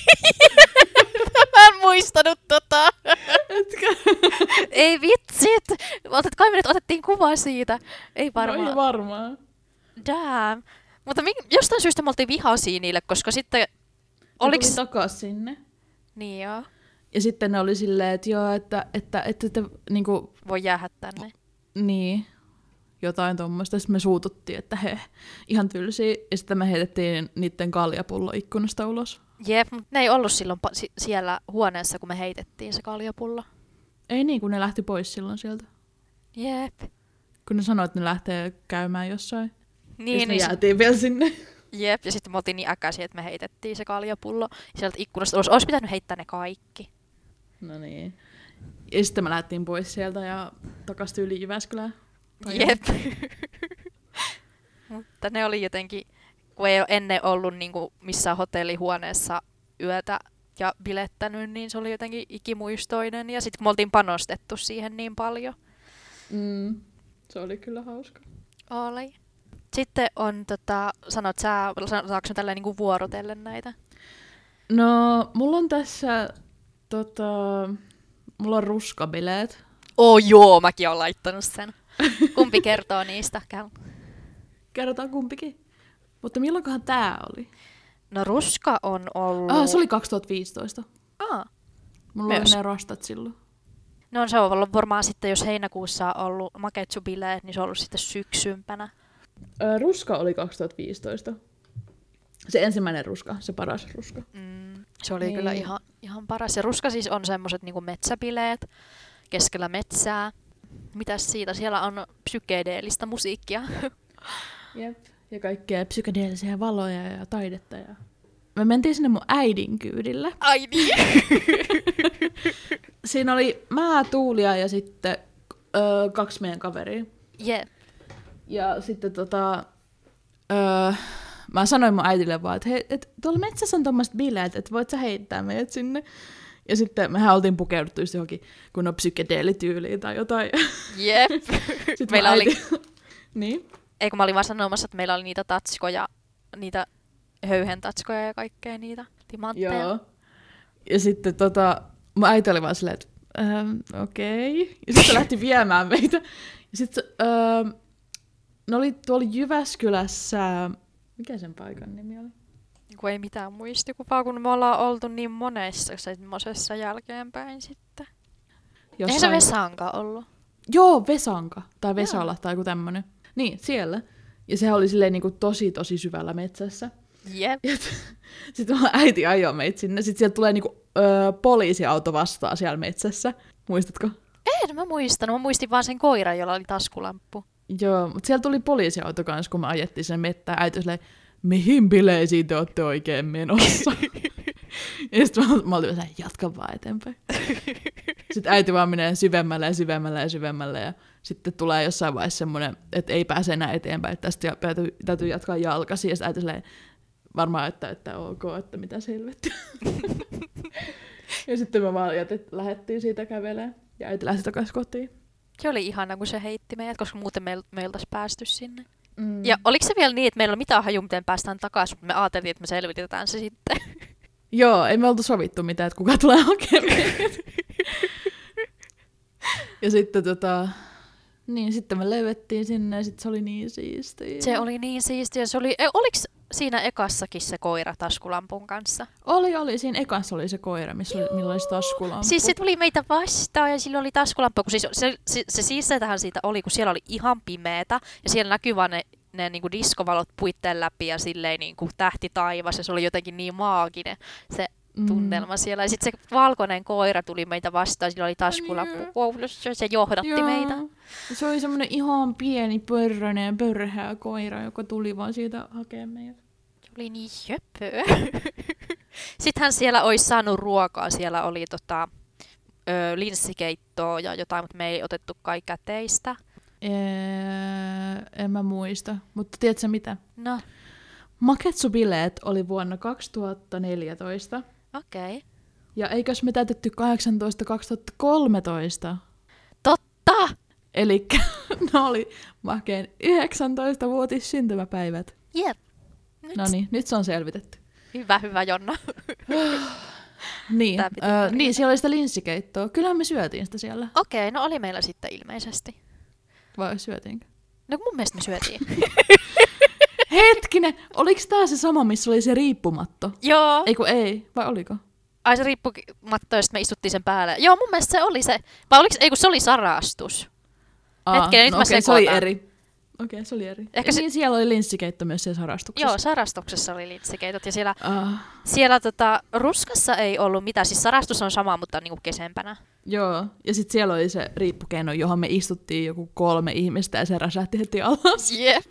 Mä en muistanut tota. Etkä? Ei vitsit. Otet, kai me nyt otettiin kuva siitä. Ei varmaan. No ei varmaan. Damn. Mutta mi- jostain syystä me oltiin vihaisia niille, koska sitten... Oliks... Oliks... tuli takas sinne. Niin joo. Ja sitten ne oli silleen, että joo, että, että, että, että niinku, Voi jäädä tänne. niin, jotain tuommoista. Sitten me suututtiin, että he, ihan tylsiä. Ja sitten me heitettiin niiden kaljapullo ikkunasta ulos. Jep, mutta ne ei ollut silloin pa- si- siellä huoneessa, kun me heitettiin se kaljapullo. Ei niin, kun ne lähti pois silloin sieltä. Jep. Kun ne sanoi, että ne lähtee käymään jossain. Niin, ja niin, me jäätiin vielä sinne. jep, ja sitten me oltiin niin äkäisiä, että me heitettiin se kaljapullo sieltä ikkunasta ulos. Olisi pitänyt heittää ne kaikki. No niin. Ja sitten me lähdettiin pois sieltä ja takas tyyliin Jyväskylään. Tai Jep. Mutta ne oli jotenkin, kun ei ole ennen ollut niinku missään hotellihuoneessa yötä ja bilettänyt, niin se oli jotenkin ikimuistoinen. Ja sitten kun me oltiin panostettu siihen niin paljon. Mm, se oli kyllä hauska. Oli. Sitten on, tota, sanot sä, sanotaanko me tälleen niinku vuorotellen näitä? No, mulla on tässä, tota, mulla on ruskabileet. Oh joo, mäkin olen laittanut sen. Kumpi kertoo niistä? Käy. Kerrotaan kumpikin. Mutta milloinkohan tää oli? No ruska on ollut... Ah, se oli kaksituhattaviisitoista. Aa. Mulla Myös. oli ne rastat silloin. No se on ollut varmaan sitten, jos heinäkuussa on ollut maketsubileet, niin se on ollut sitten syksympänä. Ö, ruska oli kaksituhattaviisitoista. Se ensimmäinen ruska, se paras ruska. Mm, se oli Niin. kyllä ihan, ihan paras. Ja ruska siis on semmoiset niinku metsäbileet keskellä metsää. Mitäs siitä? Siellä on psykedeellistä musiikkia. Jep. Ja kaikkea psykedeellisiä valoja ja taidetta. Ja... Me mentiin sinne mun äidin kyydillä. Ai niin! Siinä oli mä, Tuulia ja sitten ö, kaksi meidän kaveria. Jep. Ja sitten tota, öö, mä sanoin mun äitille vaan, että hei, et, tuolla metsässä on tommoset bileet, että voit sä heittää meidät sinne. Ja sitten mehän oltiin pukeuduttu just johonkin kunnon psykedeelityyliin tai jotain. Jep. Sitten Meillä oli... niin? Ei kun mä olin vaan sanomassa, että meillä oli niitä tatskoja, niitä höyhentatskoja ja kaikkea niitä timantteja. Joo. Ja sitten tota, mun äiti oli vaan silleen, että ähm, okei. Okay. Ja sitten se lähti viemään meitä. Ja sitten ähm, ne oli tuolla Jyväskylässä, mikä sen paikan nimi oli? Kun ei mitään muistikuvaa, kun me ollaan oltu niin monessa semmoisessa jälkeenpäin sitten. Eihän se Vesanka ollut. Joo, Vesanka tai Vesala Joo. tai joku tämmönen. Niin, siellä. Ja sehän oli silleen niinku tosi tosi syvällä metsässä. Jep. Sitten äiti ajoi meitä sinne. Sitten sieltä tulee niinku öö, poliisiauto vastaan siellä metsässä. Muistatko? En mä muistanut, mä muistin vaan sen koiran, jolla oli taskulamppu. Joo, mutta siellä tuli poliisiauto kanssa, kun me ajettiin sen mettään. Äiti oli silleen, mihin bileisiin te olette oikein menossa? Ja sitten mä, mä olin silleen, jatka vaan eteenpäin. Sitten äiti vaan menee syvemmälle ja syvemmälle ja syvemmälle. Ja sitten tulee jossain vaiheessa semmoinen, että ei pääse enää eteenpäin. Että tästä täytyy, täytyy jatkaa jalkaisin. Ja sitten äiti silleen, varmaan, että, että ok, että mitä selvettiä. Ja sitten me vaan jätet, lähdettiin siitä kävelemään. Ja äiti lähti takaisin kotiin. Se oli ihana, kun se heitti meidät, koska muuten me, me oltaisiin päästy sinne. Mm. Ja oliko se vielä niin, että meillä on mitään haju, miten päästään takaisin, mutta me ajateltiin, että me selvitetään se sitten. Joo, ei me oltu sovittu mitään, että kuka tulee hakemaan. Ja sitten tota, niin sitten me löydettiin sinne ja sitten se oli niin siistiä. Se oli niin siistiä. Se oli, e, oliko siinä ekassakin se koira taskulampun kanssa? Oli, oli. Siinä ekassa oli se koira, missä oli, millä oli se taskulamppu. Siis se tuli meitä vastaan ja sillä oli taskulamppu. Kun siis, se se, se siisteitähän siitä oli, kun siellä oli ihan pimeätä ja siellä näkyi vaan ne, ne niinku diskovalot puitteen läpi ja silleen niinku tähti taivas ja se oli jotenkin niin maaginen se tunnelma mm. siellä. Ja sitten se valkoinen koira tuli meitä vastaan, sillä oli taskulamppu koulussa ja se johdatti Joo. meitä. Se oli semmoinen ihan pieni pörrönen ja pörhää koira, joka tuli vaan siitä hakemaan meidät. Se oli niin jöpöä. Sittenhän siellä olisi saanut ruokaa. Siellä oli tota, ö, linssikeittoa ja jotain, mutta me ei otettu kai käteistä. Eee, en mä muista, mutta tiedätkö mitä? No, Maketsu-bileet oli vuonna kaksituhattaneljätoista. okei. Okay. Ja eikös me täytetty kahdeksantoista kaksituhattakolmetoista? Totta! Elikkä ne oli makeen yhdeksäntoista-vuotis syntymäpäivät. Jep. Nyt. No niin, nyt se on selvitetty. Hyvä, hyvä Jonna. Niin, Tää piti öö, korjata. niin, siellä oli sitä linssikeittoa. Kyllähän me syötiin sitä siellä. Okei, okay, no oli meillä sitten ilmeisesti. Vai syötiinkö? No mun mielestä me syötiin. Hetkinen, oliko tää se sama, missä oli se riippumatto? Joo. Eiku ei, vai oliko? Ai se riippumatto, ja sitten me istuttiin sen päälle. Joo, mun mielestä se oli se. Vai oliko, ei kun se oli sarastus. Aa, Hetkinen, nyt no mä okei, se oli sekoitan. eri. Okei, okay, se oli eri. Ehkä Ja se- niin, siellä oli linssikeitto myös siellä sarastuksessa. Joo, sarastuksessa oli lintsikeitot. Ja siellä, Ah, siellä tota, ruskassa ei ollut mitään. Siis sarastus on sama, mutta niinku kesempänä. joo, ja sitten siellä oli se riippukeino, johon me istuttiin joku kolme ihmistä ja se räsähti heti alas. Jep.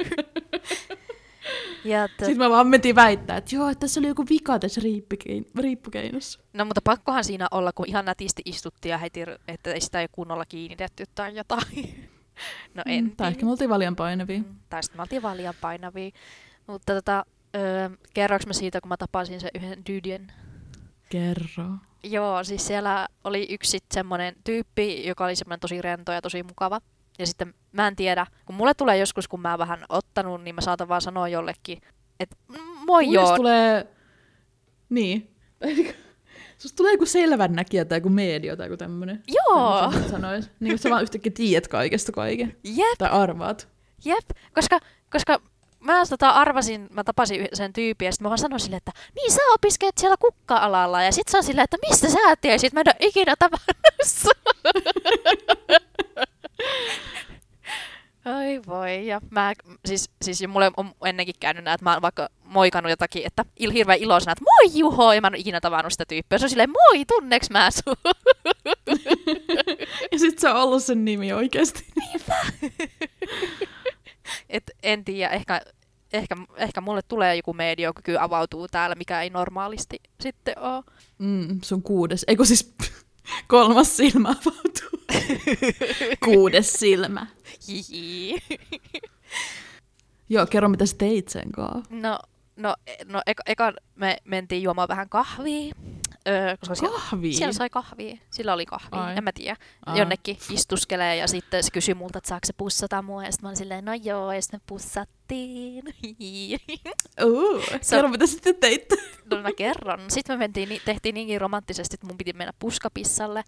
ja t- Sitten me vaan mentiin väittää, että joo, että tässä oli joku vika tässä riippukein- riippukeinossa. no mutta pakkohan siinä olla, kun ihan nätisti istuttiin ja heti, että ei sitä ei kunnolla kiinnitetty tai jotain. no en Mm, tai tiedä. ehkä me oltiin valian painavia. Mm, Tai sitten me oltiin valian painavia. Mutta tota, öö, kerroinko mä siitä, kun mä tapasin sen yhden dydien? Kerro. Joo, siis siellä oli yksi sit semmoinen tyyppi, joka oli semmoinen tosi rento ja tosi mukava. Ja sitten mä en tiedä, kun mulle tulee joskus, kun mä oon vähän ottanut, niin mä saatan vaan sanoa jollekin, että moi Mulle joo. tulee... Niin. Susta tulee joku selvännäkijä tai joku media tai joku tämmönen. Joo, Mitä sanois? Niin kuin sä vaan yhtäkkiä tiedät kaikesta kaiken. jep, Tai arvaat. jep, koska, koska mä tota arvasin, mä tapasin yh- sen tyypin ja sitten mä vaan sanoin sille, että niin sä opiskelet siellä kukka-alalla. Ja sit se on silleen, että mistä sä tiesit, mä en ole ikinä tavannut sua. Oi voi, ja mä, siis, siis jo mulle on ennenkin käynyt näin, että mä oon vaikka moikannut jotakin, että il, hirveän iloisena, että moi Juho, ja mä en ole ikinä tavannut sitä tyyppiä. Se on silleen, moi, tunneks mä sun? Ja sit se on ollut sen nimi oikeesti. Et en tiedä, ehkä, ehkä, ehkä mulle tulee joku mediokyky avautuu täällä, mikä ei normaalisti sitten oo. Mm, sun kuudes, eikö siis kolmas silmä avautuu. Kuudes silmä. Hihi. Joo, kerro mitä sä teit sen kaa. No, no, no eka, eka me mentiin juomaan vähän kahvia. Öö, koska siellä, Kahvia? siellä sai kahvia. Sillä oli kahvia, Ai. en mä tiedä. Aa. Jonnekin istuskelee ja sitten se kysyi multa, että saako se pussata mua. Ja sitten mä olin silleen, no joo, ja sitten me pussattiin. Uh, Se- kerro mitä sitten teit. No mä kerron. Sitten me mentiin, ni- tehtiin niinkin romanttisesti, että mun piti mennä puskapissalle.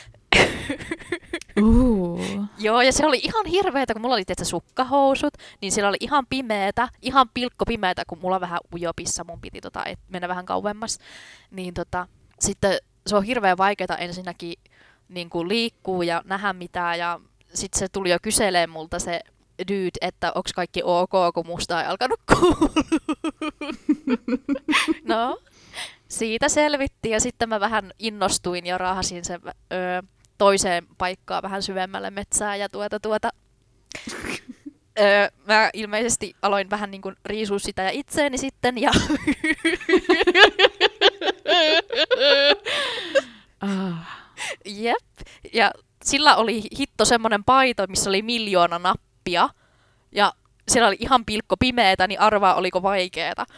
Uh. Joo, ja se oli ihan hirveetä, kun mulla oli tietysti sukkahousut, niin siellä oli ihan pimeetä, ihan pilkko pimeetä, kun mulla on vähän ujopissa, mun piti tota, et mennä vähän kauemmas. Niin tota, sitten se on hirveän vaikeaa ensinnäkin niin kuin liikkuu ja nähdä mitään, ja sitten se tuli jo kyselemään multa se dude, että onko kaikki ok, kun musta ei alkanut kuulua. No, siitä selvittiin ja sitten mä vähän innostuin ja raahasin sen öö, toiseen paikkaan vähän syvemmälle metsään ja tuota tuota. Öö, mä ilmeisesti aloin vähän niin kuin riisua sitä ja itseeni sitten ja ah. Jep. Ja sillä oli hitto semmonen paito, missä oli miljoona nappia ja siellä oli ihan pilkko pimeetä, niin arvaa oliko vaikeeta.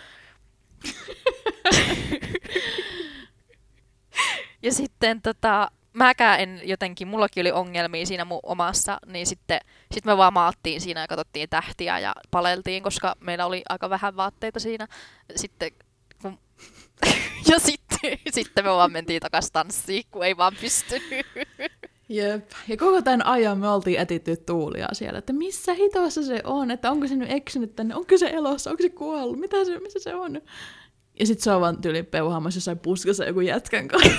Ja sitten tota, mäkään en jotenkin, mullakin oli ongelmia siinä mun omassa, niin sitten sit me vaan maattiin siinä ja katsottiin tähtiä ja paleltiin, koska meillä oli aika vähän vaatteita siinä. Sitten, kun ja sitten, sitten me vaan mentiin takas tanssiin, kun ei vaan pystynyt. Jep. Ja koko tämän ajan me oltiin etitty Tuulia siellä, että missä hitossa se on, että onko se nyt eksynyt tänne, onko se elossa, onko se kuollut, mitä se, missä se on. Ja sit se on vaan tyyli peuhaamassa jossain puskassa joku jätkän kanssa.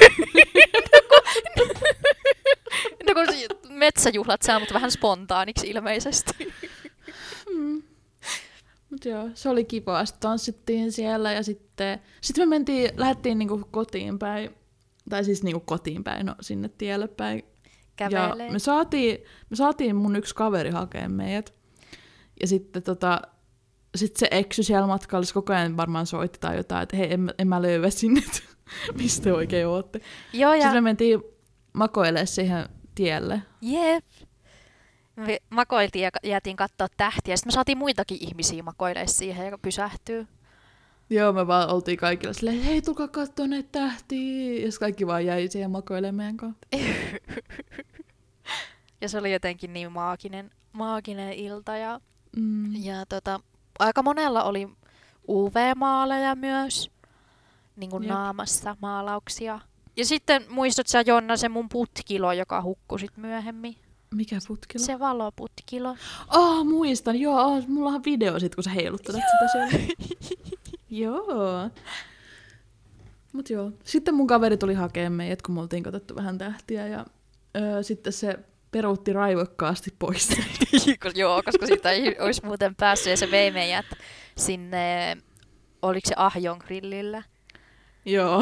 No kun metsäjuhlat saa mut vähän spontaaniksi ilmeisesti. Hmm. Mut joo, se oli kivaa. Sitten tanssittiin siellä ja sitten sit me mentiin, lähdettiin niinku kotiin päin, tai siis niinku kotiin päin, no sinne tielle päin. Kävelee. Ja me saatiin, me saatiin mun yksi kaveri hakemaan meidät. Ja sitten tota, sit se eksy siellä matkalla, se koko ajan varmaan soitti tai jotain, että hei, en, en mä löyvä sinne, mistä te oikein ootte. Joo, ja... Sitten me mentiin makoilemaan siihen tielle. Jep. Me makoiltiin ja jäätiin katsoa tähtiä. Sitten me saatiin muitakin ihmisiä makoilemaan siihen ja pysähtyy. Joo, me vaan oltiin kaikilla silleen, hei, tulkaa katsoa näitä tähtiä. Ja kaikki vaan jäi siihen makoilemaan meidän kanssa. Ja se oli jotenkin niin maaginen, maaginen ilta. Ja, mm. ja tota, aika monella oli U V-maaleja myös. Niin kuin naamassa maalauksia. Ja sitten muistatko sä, Jonna, se mun putkilo, joka hukkui sit myöhemmin? Mikä putkilo? Se valoputkilo. Oh, muistan. Joo, oh, mulla on video sit, kun sä heiluttelet sitä siellä. Joo. Mut joo. Sitten mun kaveri tuli hakemaan meidät, kun me oltiin katsottu vähän tähtiä. Ja öö, sitten se peruutti raivokkaasti pois. Joo, koska siitä ei olisi muuten päässyt. Ja se vei meidät sinne, oliko se Ahjon grillillä? Joo.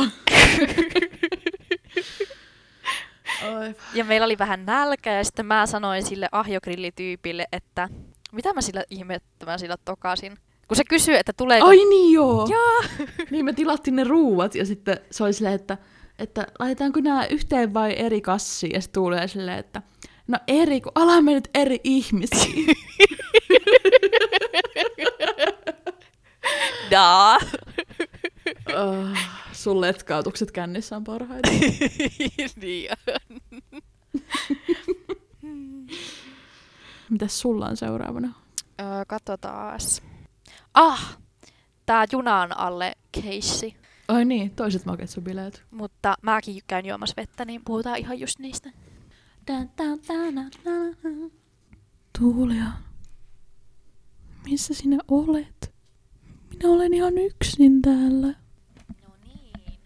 Oi. Ja meillä oli vähän nälkä ja sitten mä sanoin sille ahjogrillityypille, että mitä mä sillä ihmettömän sillä tokasin. Kun se kysyy, että tuleeko... Ai niin joo! Joo! Niin me tilattiin ne ruuat ja sitten se oli silleen, että, että laitetaanko nämä yhteen vai eri kassiin. Ja sitten tulee silleen, että no eri, kun alamme nyt eri ihmisiä. Daa! Oh, sun letkautukset kännissä on parhaita. Niin on. Mitäs sulla on seuraavana? Öö, katsotaas. Ah! Tää junan alle keissi. Ai niin, toiset maketsubileet. Mutta mäkin käyn juomassa vettä, niin puhutaan ihan just niistä. Tuulia, missä sinä olet? Minä olen ihan yksin täällä. No niin.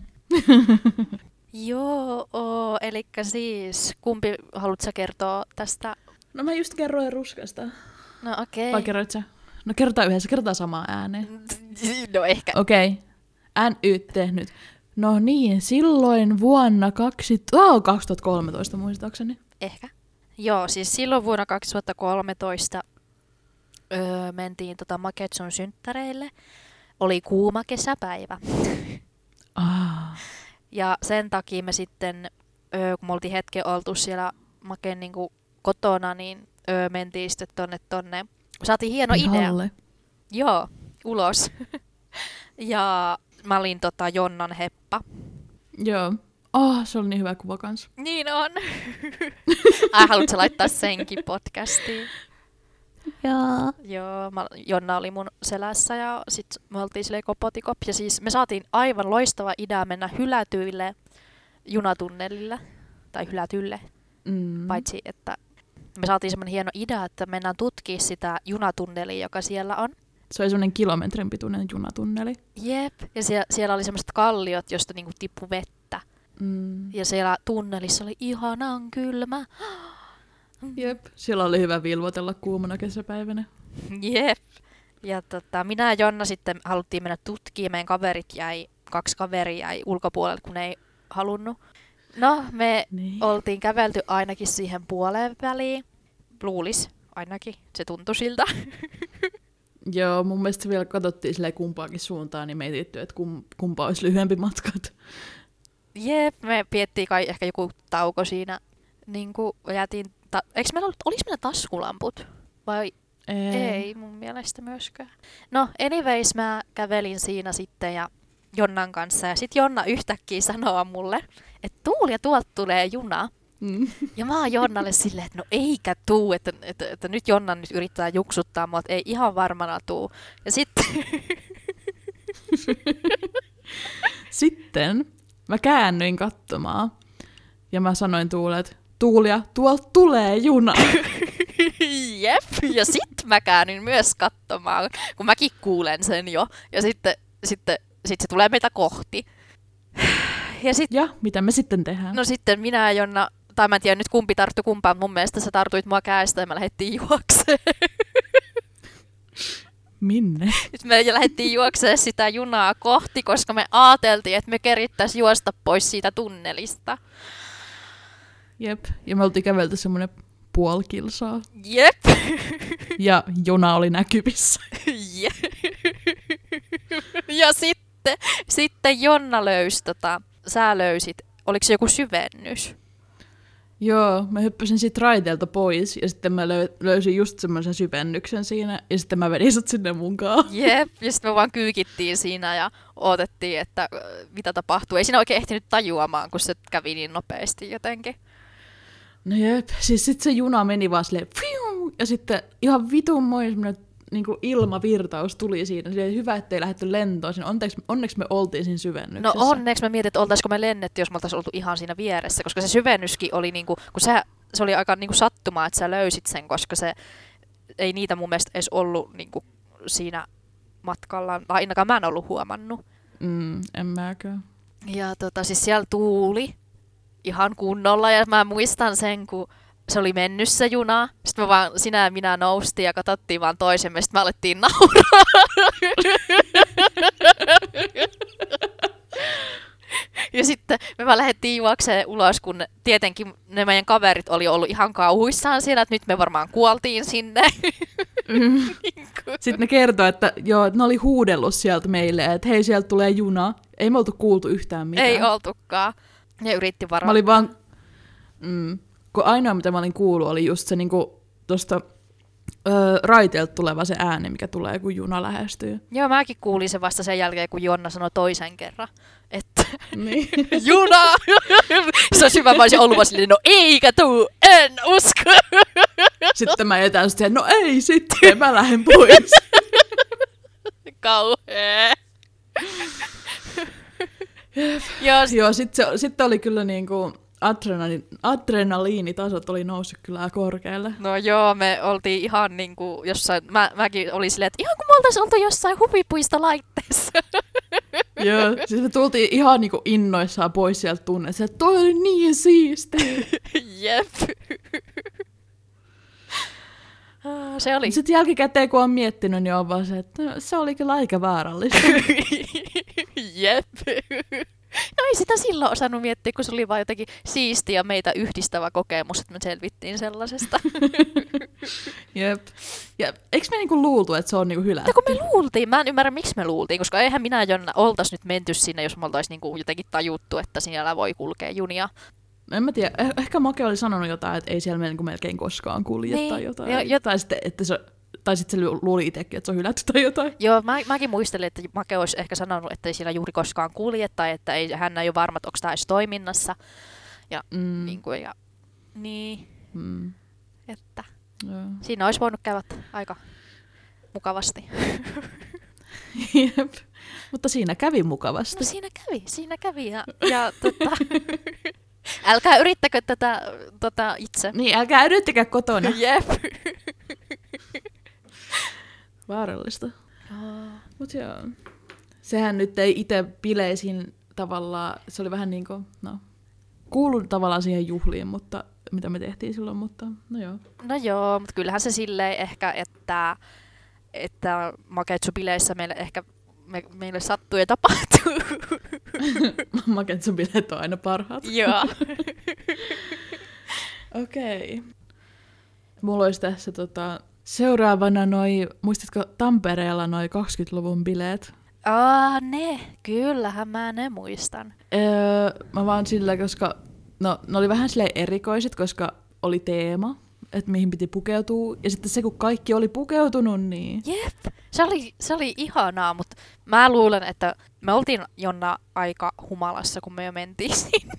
Joo, oo, elikkä siis, kumpi haluat sä kertoa tästä? No mä just kerroin ruskasta. No okei. Okay. Vai kerroit sä? No kerrotaan yhdessä, kerrotaan samaan ääneen. No ehkä. Okei, okay. N Y tehnyt. No niin, silloin vuonna kaksi... oh, kaksituhattakolmetoista muistaakseni. Ehkä. Joo, siis silloin vuonna kaksituhattakolmetoista öö, mentiin tota Maketsun synttäreille. Oli kuuma kesäpäivä. Ah. Ja sen takia me sitten, öö, kun me oltiin hetken oltu siellä Maken niinku kotona, niin öö, mentiin sitten tonne tonne. Saatiin hieno Pihalle. idea. Joo, ulos. Ja mä olin tota Jonnan heppa. Joo. Oh, se oli niin hyvä kuva kans. Niin on. Ai, haluatko laittaa senkin podcastiin? Joo. Joo, mä, Jonna oli mun selässä ja sit me oltiin silleen kopotikop. Ja siis me saatiin aivan loistava idea mennä hylätyille junatunnelille. Tai hylätylle. Mm. Paitsi, että me saatiin semmoinen hieno idea, että mennään tutkimaan sitä junatunnelia, joka siellä on. Se oli semmoinen kilometrin pituinen junatunneli. Jep. Ja siellä, siellä oli semmoiset kalliot, josta niinku tippui vettä. Mm. Ja siellä tunnelissa oli ihanan kylmä. Jep, siellä oli hyvä vilvotella kuumana kesäpäivänä. Jep. Ja tota, minä ja Jonna sitten haluttiin mennä tutkimaan. Meidän kaverit jäi, kaksi kaveria jäi ulkopuolelle, kun ne ei halunnut. No, me niin. oltiin kävelty ainakin siihen puoleen väliin. Luulis ainakin, se tuntui siltä. Joo, mun mielestä vielä katsottiin silleen kumpaakin suuntaan, niin mietittiin, että kum, kumpaa olisi lyhyempi matkat. Jep, me piettiin kai ehkä joku tauko siinä. Niin kuin jätin, ta- eikö meillä ollut, olis meillä taskulamput? Vai ei. ei mun mielestä myöskään. No, anyways, mä kävelin siinä sitten ja Jonnan kanssa. Ja sit Jonna yhtäkkiä sanoo mulle, että Tuulia, tuolta tulee juna. Mm. Ja mä oon Jonnalle silleen, että no eikä tuu, että, että, että, että nyt Jonna nyt yrittää juksuttaa mua, että ei ihan varmana tuu. Ja sitten... Sitten mä käännyin katsomaan ja mä sanoin Tuulle, että Tuulia, tuolta tulee juna. Jep, ja sit mä käännyin myös katsomaan, kun mäkin kuulen sen jo. Ja sitten, sitten sit se tulee meitä kohti. Ja, sit, ja mitä me sitten tehdään? No sitten minä ja Jonna, tai mä en tiedä nyt kumpi tarttu kumpaan, mun mielestä sä tartuit mua käestä ja me lähdettiin juokseen. Minne? Nyt me lähdettiin juoksemaan sitä junaa kohti, koska me ajateltiin, että me kerittäisiin juosta pois siitä tunnelista. Jep, ja me oltiin kävelty semmoinen puoli kilsaa. Jep. Ja juna oli näkyvissä. Jep. Ja sitten, sitten Jonna löysi, tota, sä löysit, oliko se joku syvennys? Joo, mä hyppäsin siitä raiteelta pois ja sitten mä löy- löysin just semmoisen syvennyksen siinä ja sitten mä vedin sut sinne munkaan. Jep, ja sitten me vaan kyykittiin siinä ja odotettiin, että mitä tapahtuu. Ei siinä oikein ehtinyt tajuamaan, kun se kävi niin nopeasti jotenkin. No jep, siis sitten se juna meni vaan silleen fiu, ja sitten ihan vitun moi semmoinen niin ilmavirtaus tuli siinä. Silleen, hyvä, ettei lähdetty lentoon. Onneksi, onneksi me oltiin siinä syvennyksessä. No onneksi mä mietin, että oltaisiko me lennetty, jos me oltaisiin oltu ihan siinä vieressä, koska se syvennyskin oli, niinku, kun sä, se oli aika niinku sattumaa, että sä löysit sen, koska se ei niitä mun mielestä edes ollut niinku, siinä matkalla, ainakaan mä en ollut huomannut. Mm, en mäkään. Ja tota, siis siellä tuuli ihan kunnolla ja mä muistan sen, kun se oli mennyt se juna. Sitten mä vaan, sinä ja minä noustiin ja katsottiin vaan toisemme. Sitten me alettiin nauraa. Ja sitten me vaan lähdettiin juokseen ulos, kun tietenkin ne meidän kaverit oli ollut ihan kauhuissaan siellä, että nyt me varmaan kuoltiin sinne. Mm. Sitten ne kertoi, että joo, ne oli huudellut sieltä meille, että hei, sieltä tulee juna. Ei me oltu kuultu yhtään mitään. Ei oltukaan. Ne yritti varoittaa. Mä olin vaan... Mm. Kun ainoa, mitä mä olin kuullut, oli just se niinku tosta öö, raiteelta tuleva se ääni, mikä tulee, kun juna lähestyy. Joo, mäkin kuulin se vasta sen jälkeen, kun Jonna sanoi toisen kerran, että niin. Juna! Se olisi hyvä, mä olisin ollut vaan silleen, no eikä tuu, en usko! Sitten mä jätän sitten, no ei sitten, mä lähden pois. Kauhea. Joo, Joo sitten sit oli kyllä niinku... Adrenaliini, adrenaliinitasot oli noussut kyllä korkealle. No joo, me oltiin ihan niinku jossain, mä, mäkin olin silleen, että ihan kun me oltaisiin oltu jossain huvipuistolaitteessa. Joo, siis me tultiin ihan niinku innoissaan pois sieltä tunnessa, että toi oli niin siistiä. Jep. Se oli. Sitten jälkikäteen, kun on miettinyt, niin on vaan se, että no, se oli kyllä aika vaarallista. Jep. No ei sitä silloin osannut miettiä, kun se oli vaan jotenkin siisti ja meitä yhdistävä kokemus, että me selvittiin sellaisesta. Jep. Ja eikö me niinku luultu, että se on niinku hylätty? No kun me luultiin, mä en ymmärrä miksi me luultiin, koska eihän minä ja Jonna oltais nyt menty sinne, jos me oltais niinku jotenkin tajuttu, että siellä voi kulkea junia. En mä tiedä, eh- ehkä Make oli sanonut jotain, että ei siellä niinku melkein koskaan kulje niin. Tai jotain. Ja, jo... Tai sitten, että se... Tai sitten se luuli itsekin, että se on hylätty tai jotain. Joo, mä, mäkin muistelin, että Make olisi ehkä sanonut, että ei siellä juuri koskaan kulje, tai että ei, hän ei ole varma, että onko tämä edes toiminnassa. Ja mm. niin kuin, ja, niin, mm. että yeah. Siinä olisi voinut käydä aika mukavasti. Jep, mutta siinä kävi mukavasti. No siinä kävi, siinä kävi. Ja, ja tota, älkää yrittäkö tätä tota, itse. Niin, älkää yrittäkää kotona. Jep. Vaarallista. Oh. Mut joo. Sehän nyt ei itse bileisiin tavallaan, se oli vähän niinku, no, kuului tavallaan siihen juhliin, mutta mitä me tehtiin silloin, mutta no joo. No joo, mutta kyllähän se silleen ehkä, että, että Maketsu-bileissä meille ehkä me, meille sattuu ja tapahtuu. Maketsu-bileet on aina parhaat. Joo. Okei. Okay. Mulla olisi tässä tota, seuraavana noi, muistatko Tampereella noi kaksikymmentäluvun bileet? Aa, ne. Kyllähän mä ne muistan. Öö, mä vaan sillä, koska no, ne oli vähän silleen erikoiset, koska oli teema, että mihin piti pukeutua. Ja sitten se, kun kaikki oli pukeutunut, niin... Jep, se oli, se oli ihanaa, mutta mä luulen, että me oltiin Jonna aika humalassa, kun me jo mentiin sinne.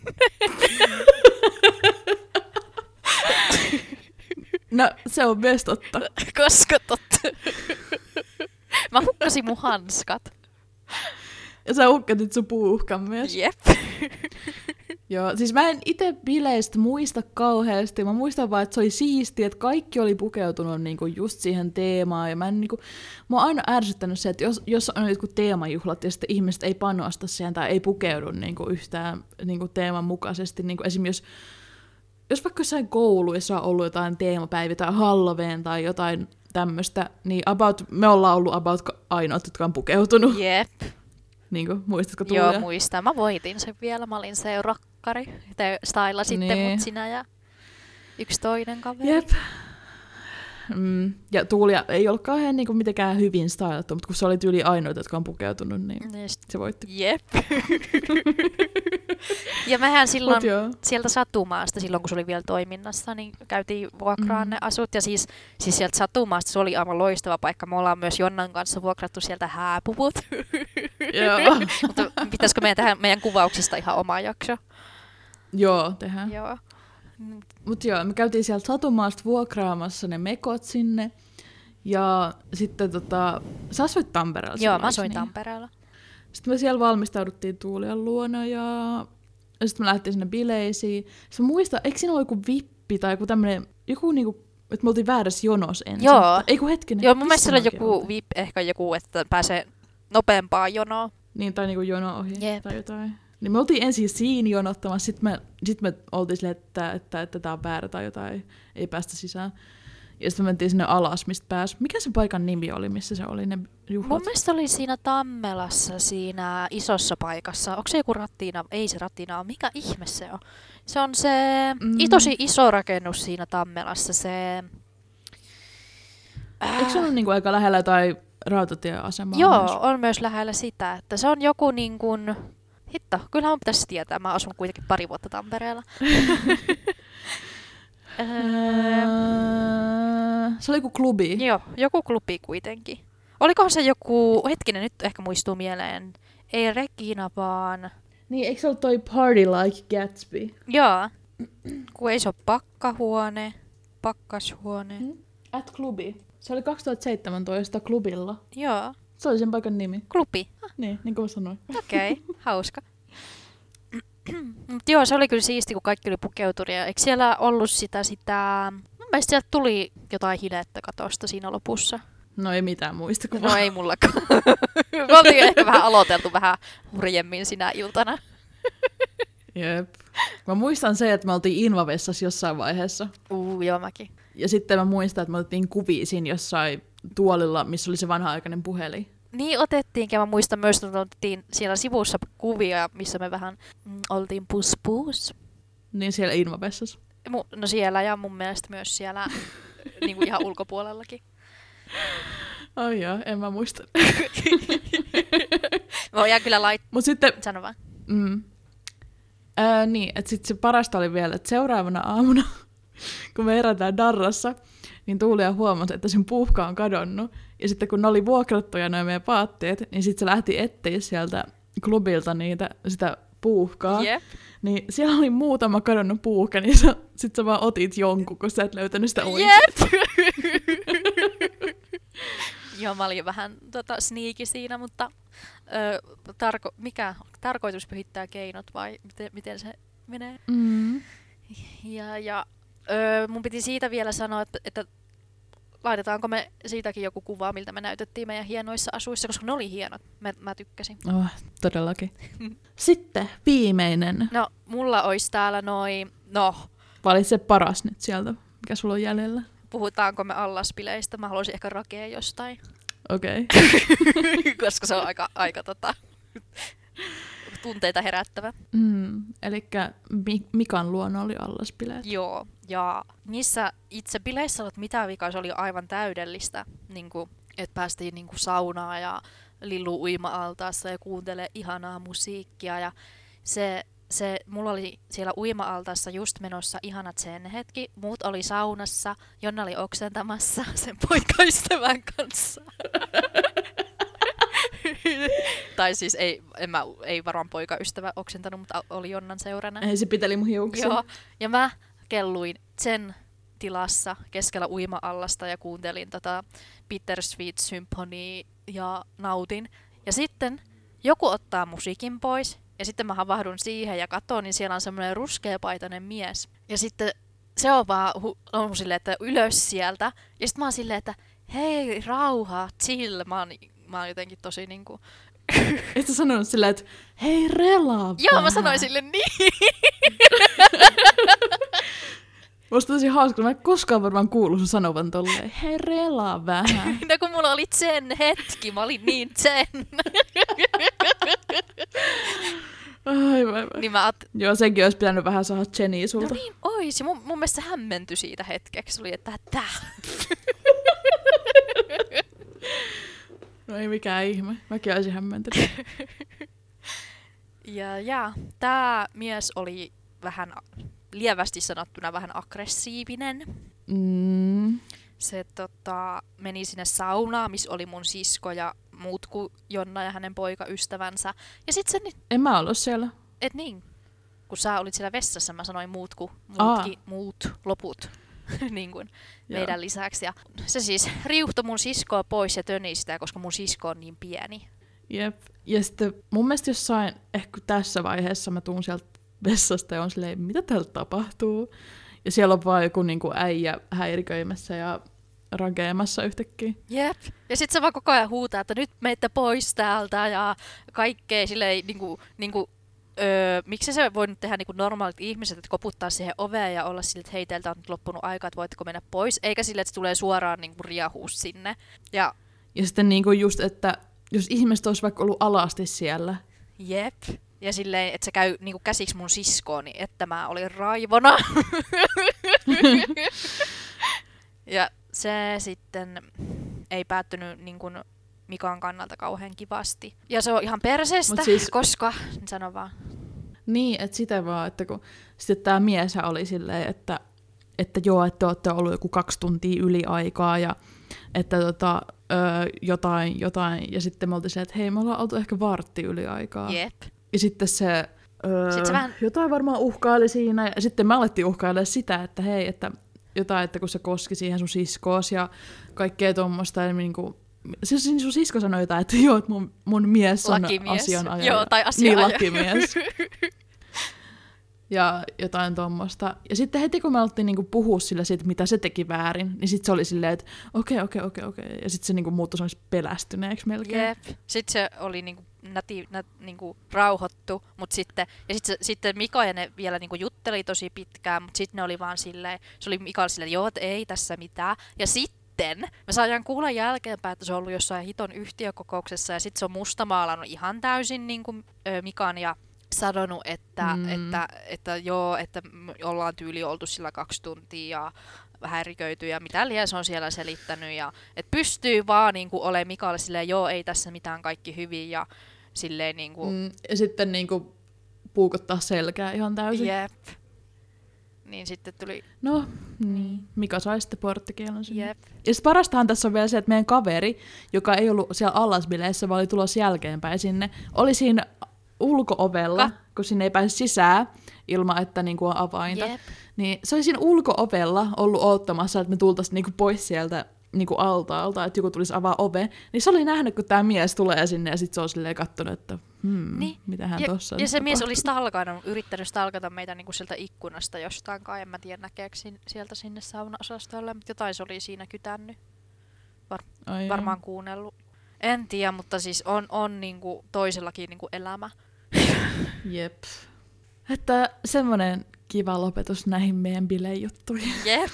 No, se on myös totta. Koska totta. Mä hukkasin mun hanskat. Ja sä hukkatit sun puuhkan myös. Jep. Joo, siis mä en ite bileistä muista kauheasti. Mä muistan vaan, että se oli siistiä, että kaikki oli pukeutunut niinku just siihen teemaan. Ja mä en niinku, mä oon aina ärsyttänyt se, että jos, jos on jotkut teemajuhlat ja sitten ihmiset ei panosta siihen tai ei pukeudu niinku yhtään niinku teeman mukaisesti. Niinku esimerkiksi jos, jos vaikka jossain kouluissa on ollut jotain teemapäiviä tai Halloween tai jotain tämmöistä, niin about, me ollaan ollut about ainoat, jotka on pukeutunut. Jep. Niin kuin, muistatko Tuulia? Joo, muistan. Mä voitin sen vielä. Mä olin se rakkari. Te stylasitte niin. mut sinä ja yksi toinen kaveri. Jep. Mm. Ja Tuulia ei ollut kauhean niin kuin, mitenkään hyvin stylattu, mutta kun se oli tyyli ainoita, jotka on pukeutunut, niin niin se voitti. Jep. Ja mehän silloin sieltä Satumaasta, silloin kun se oli vielä toiminnassa, niin käytiin vuokraan mm. ne asut. Ja siis, siis sieltä Satumaasta se oli aivan loistava paikka. Me ollaan myös Jonnan kanssa vuokrattu sieltä hääpuvut. Joo. Mutta pitäisikö meidän tehdä meidän kuvauksista ihan oma jakso? Joo, tehdään. Joo. Mutta joo, me käytiin sieltä Satumaasta vuokraamassa ne mekot sinne. Ja sitten tota, sä asuit Tampereella. Joo, mä asuin niin? Tampereella. Sitten me siellä valmistauduttiin Tuulian luona ja sitten me lähdettiin sinne bileisiin. Sitten mä muistan, eikö siinä ole joku vippi tai joku tämmönen, joku niinku, että me oltiin väärässä jonos ensin. Joo. Ei kun hetkinen. Joo, mun mielestä siellä on joku oltiin? vip, ehkä joku, että pääsee nopeampaan jonoon. Niin, tai niinku jono ohi Jep. tai jotain. Niin me oltiin ensin siinä jonottamassa, sitten me, sit me oltiin silleen, että, että, että tää on väärä tai jotain, ei päästä sisään. Ja sitten me mentiin sinne alas, mistä pääsi. Mikä se paikan nimi oli, missä se oli ne juhlat? Mun mielestä oli siinä Tammelassa, siinä isossa paikassa. Onko se joku Rattiina? Ei se Rattiina ole. Mikä ihme se on? Se on se mm. tosi iso rakennus siinä Tammelassa. Se... Eikö se ole niinku aika lähellä jotain rautatieasemaa? Joo, myös? on myös lähellä sitä. Että se on joku niin kuin... Hitto, kyllähän mun pitäisi tietää. Mä asun kuitenkin pari vuotta Tampereella. Se oli joku klubi. Joo, joku klubi kuitenkin. Olikohan se joku, hetkinen, nyt ehkä muistuu mieleen, ei Regina vaan... Niin, eikö se ollut toi Party Like Gatsby? Joo, kun ei se ole pakkahuone, pakkashuone. Hmm? At Klubi. Se oli kaksituhattaseitsemäntoista klubilla. Joo. Se oli sen paikan nimi. Klubi. Ah. Niin, niin kuin mä sanoin. Okei, okay, hauska. Mut joo, se oli kyllä siisti, kun kaikki oli pukeutuneet. Eikö siellä ollut sitä, sitä... Mun mielestä sieltä tuli jotain hilettä katosta siinä lopussa. No ei mitään muista. Kun no vaan... ei mullakaan. Me oltiin ehkä vähän aloiteltu vähän hurjemmin sinä iltana. Jep. Mä muistan se, että me oltiin Invavessassa jossain vaiheessa. Uu, joo mäkin. Ja sitten mä muistan, että me otettiin kuvia siinä jossain tuolilla, missä oli se vanha-aikainen puhelin. Niin otettiinkin. Mä muistan myös, että otettiin siellä sivussa kuvia, missä me vähän mm, oltiin pus pus. Niin siellä Invavessassa. No siellä ja mun mielestä myös siellä niin kuin ihan ulkopuolellakin. Ai joo, en mä muista. Mä voin kyllä laittaa. Mut sitten... Sano vaan. Mm, ää, niin, että sitten se parasta oli vielä, että seuraavana aamuna, kun me herätään Darrassa, niin Tuulia huomasi, että sen puuhka on kadonnut. Ja sitten kun ne oli vuokrattuja noin meidän paatteet, niin sitten se lähti etsiä sieltä klubilta niitä, sitä puuhkaa. Yep. Niin siellä oli muutama kadonnut puuhka, niin sä, sit sä vaan otit jonkun, kun sä et löytänyt sitä oikeasti. Yep. Joo, mä olin vähän tota, sneaky siinä, mutta ö, tarko- mikä tarkoitus pyhittää keinot vai miten, miten se menee? Mm. Ja, ja ö, mun piti siitä vielä sanoa, että, että laitetaanko me siitäkin joku kuva, miltä me näytettiin meidän hienoissa asuissa, koska ne oli hienot. Mä, mä tykkäsin. Oh, todellakin. Sitten viimeinen. No, mulla olisi täällä noi, no, Valitse paras nyt sieltä, mikä sulla on jäljellä. Puhutaanko me allaspileistä? Mä haluaisin ehkä rakea jostain. Okei. Okay. Koska se on aika, aika tota, tunteita herättävä. Mm, elikkä Mikan luona oli allaspileet. Joo, ja niissä itse bileissä olet mitä vikaa, se oli aivan täydellistä. Niin kuin, että päästiin niin kuin saunaan ja lillu uima-altaassa ja kuuntelee ihanaa musiikkia. Ja se, se, mulla oli siellä uima-altaassa just menossa ihanat sen hetki. Muut oli saunassa, Jonna oli oksentamassa sen poikaystävän kanssa. Tai siis ei, en mä, ei varmaan poikaystävä oksentanut, mutta oli Jonnan seurana. Ei, se piteli mun hiuksia. Joo, ja mä kelluin sen tilassa keskellä uima-allasta ja kuuntelin tota Bittersweet Symphony ja nautin. Ja sitten joku ottaa musiikin pois ja sitten mä havahdun siihen ja katson, niin siellä on semmoinen ruskeapaitainen mies. Ja sitten se on vaan hu- on silleen, että ylös sieltä. Ja sitten mä oon silleen, että hei, rauha, chill. Mä oon, mä oon jotenkin tosi niinku... Et sä sanonut silleen, että hei, relaa. Joo, mä sanoin sille niin. Musta tosi hauska, mä en koskaan varmaan kuullut sun sanovan tolleen, hei, relaa vähän. No kun mulla oli sen hetki, mä olin niin sen. Ai vai vai. Niin mä at... Joo, senkin olisi pitänyt vähän saada Jenniä sulta. No niin, ois. Mun, mun mielestä se hämmentyi siitä hetkeksi. Oli, että tää. No ei mikään ihme. Mäkin olisin hämmentynyt. Ja, ja tää mies oli vähän, lievästi sanottuna vähän aggressiivinen. Mm. Se tota, meni sinne saunaan, missä oli mun sisko ja muut kuin Jonna ja hänen poikaystävänsä. Ja sit se nyt... En mä ollut siellä. Et niin. Kun sä olit siellä vessassa, mä sanoin muut kuin muutkin, Aa. muut, loput. niin kuin meidän lisäksi. Ja se siis riuhtoi mun siskoa pois ja töni sitä, koska mun sisko on niin pieni. Jep. Ja sitten mun mielestä jossain, ehkä tässä vaiheessa mä tuun sieltä vessasta ja on silleen, mitä täällä tapahtuu? Ja siellä on vaan joku niin kuin äijä häiriköimässä ja rakeamassa yhtäkkiä. Jep. Ja sit se vaan koko ajan huutaa, että nyt meitä pois täältä ja kaikkea silleen niinku... niinku Öö, miksi se voi nyt tehdä niin kuin normaalit ihmiset, että koputtaa siihen oveen ja olla sille, että hei, teiltä on nyt loppunut aika, että voitteko mennä pois, eikä sille, että se tulee suoraan niin kuin riahuus sinne. Ja, ja sitten niin kuin just, että jos ihmiset olisi vaikka ollut alasti siellä. Jep. Ja silleen, että se käy niin kuin käsiksi mun siskooni, että mä olin raivona. Ja se sitten ei päättynyt niin kuin Mikan kannalta kauhean kivasti. Ja se on ihan perseestä, siis... koska... Sano vaan. Niin, että sitä vaan, että kun sitten tämä mies oli silleen, että, että joo, että olette ollut joku kaksi tuntia yli aikaa ja että tota, ö, jotain, jotain. Ja sitten me oltiin silleen, että hei, me ollaan oltu ehkä vartti yli aikaa. Jep. Ja sitten se, ö, sitten se vähän... jotain varmaan uhkaili siinä. Ja sitten me alettiin uhkailla sitä, että hei, että jotain, että kun se koski siihen sun siskoos ja kaikkea tuommoista, ja niinku... Siis sun sisko sanoi jotain, että joo, että mun, mun mies on lakimies. asianajaja. Joo, tai asianajaja. Niin, lakimies. Ja jotain tuommoista. Ja sitten heti kun me alettiin niinku puhua sille siitä, mitä se teki väärin, niin sitten se oli silleen, että okei, okay, okei, okay, okei, okay, okei. Okay. Ja sitten se niinku muuttui semmoisesti pelästyneeksi melkein. Jep. Sitten se oli niinku näti, nät, niinku rauhoittu, mut sitten, ja sitten, sitten Mika ja ne vielä niinku jutteli tosi pitkään, mutta sitten ne oli vaan silleen, se oli Mika silleen, että joo, että ei tässä mitään. Ja sitten me saadaan kuulla jälkeenpäin, että se on ollut jossain hiton yhtiökokouksessa ja sitten se on mustamaalannut ihan täysin niin kuin Mikan ja sanonut, että, mm. että, että joo, että ollaan tyyli oltu sillä kaksi tuntia ja häiriköity ja mitä liian se on siellä selittänyt ja että pystyy vaan niin kuin olemaan Mikalle silleen, joo, ei tässä mitään, kaikki hyvin ja silleen niin kuin... Mm, ja sitten niin kuin puukottaa selkää ihan täysin. Jep. Niin sitten tuli... No, niin. Mika sai sitten porttikielon sinne. Jep. Ja sitten parastahan tässä on vielä se, että meidän kaveri, joka ei ollut siellä allasbileissä, vaan oli tulossa jälkeenpäin sinne, oli siinä ulko-ovella, Ka? kun sinne ei pääse sisään ilman, että niinku on avainta. Jep. Niin se oli siinä ulko-ovella ollut odottamassa, että me tultaisiin niinku pois sieltä niinku altaalta, että joku tulisi avaa oven. Niin se oli nähnyt, kun tämä mies tulee sinne ja sitten se on silleen katsonut, että hmm, niin. mitä hän ja, tossa Ja se tapahtuu. mies oli stalkannut, yrittänyt stalkata meitä niinku sieltä ikkunasta jostain kai. En mä tiedä näkeekö sieltä sinne saunaosastolle, mutta jotain se oli siinä kytännyt. Var, Ai varmaan joo. Kuunnellut. En tiedä, mutta siis on, on niinku toisellakin niinku elämä. Jep. Että semmoinen kiva lopetus näihin meidän bilejuttuihin. Jep.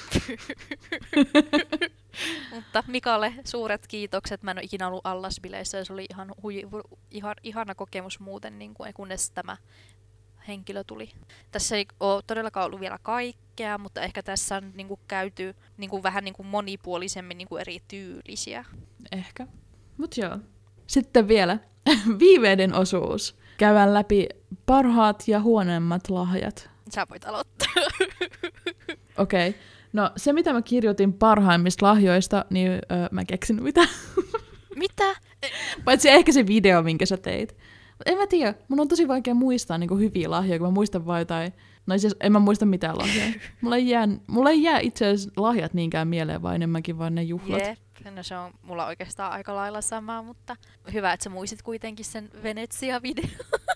Mutta Mikalle suuret kiitokset. Mä en ole ikinä ollut allasbileissä ja se oli ihan, hui, ihan ihana kokemus muuten, niin kuin, kunnes tämä henkilö tuli. Tässä ei ole todellakaan ollut vielä kaikkea, mutta ehkä tässä on niin kuin, käyty niin kuin, vähän niin kuin, monipuolisemmin niin kuin, eri tyylisiä. Ehkä. Mut joo. Sitten vielä viimeinen osuus. Käydään läpi parhaat ja huonoimmat lahjat. Sä voit aloittaa. Okei. Okay. No se, mitä mä kirjoitin parhaimmista lahjoista, niin öö, mä keksin mitä. Mitä? Paitsi ehkä se video, minkä sä teit. En mä tiedä. Mun on tosi vaikea muistaa niinku hyviä lahjoja, kun mä muistan vaan jotain. No siis en mä muista mitään lahjoja. Mulla ei jää, mulla ei jää itse asiassa lahjat niinkään mieleen, vaan enemmänkin vaan ne juhlat. Jep. No se on mulla oikeastaan aika lailla sama, mutta hyvä, että sä muistit kuitenkin sen Venetsia-videon.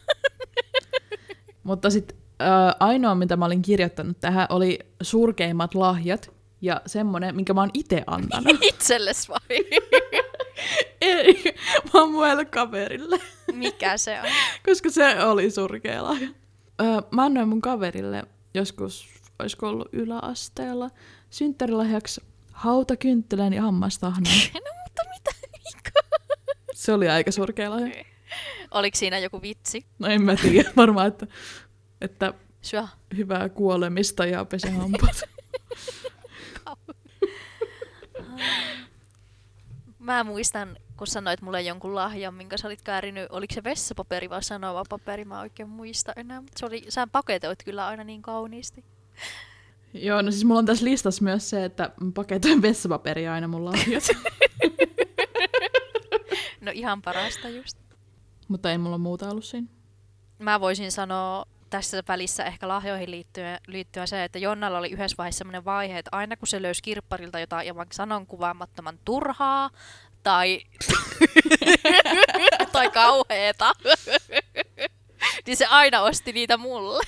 Mutta sitten äh, ainoa, mitä mä olin kirjoittanut tähän, oli surkeimmat lahjat ja semmonen, minkä mä oon itse antanut. Itselles vai? Ei, vaan muille kaverille. Mikä se on? Koska se oli surkea lahja. Öö, mä annoin mun kaverille joskus, olisiko ollut yläasteella, synttärilahjaksi hautakynttilän ja hammastahnan. No mutta mitä, Mika? Se oli aika surkea lahja. Oliko siinä joku vitsi? No en mä tiedä, varmaan, että, että Syö. hyvää kuolemista ja pese hampaat. Mä muistan, kun sanoit mulle jonkun lahjan, minkä sä olit käärinyt, oliko se vessapaperi vai sanova paperi, mä oikein muista enää, mutta se oli, sä paketoit kyllä aina niin kauniisti. Joo, no siis mulla on tässä listassa myös se, että paketoin vessapaperia aina mun lahjat. No ihan parasta just. Mutta ei mulla muuta ollut siinä. Mä voisin sanoa tässä välissä ehkä lahjoihin liittyen, liittyen se, että Jonnalla oli yhdessä vaiheessa sellainen vaihe, että aina kun se löysi kirpparilta jotain aivan sanonkuvaamattoman turhaa tai, tai kauheeta, niin se aina osti niitä mulle.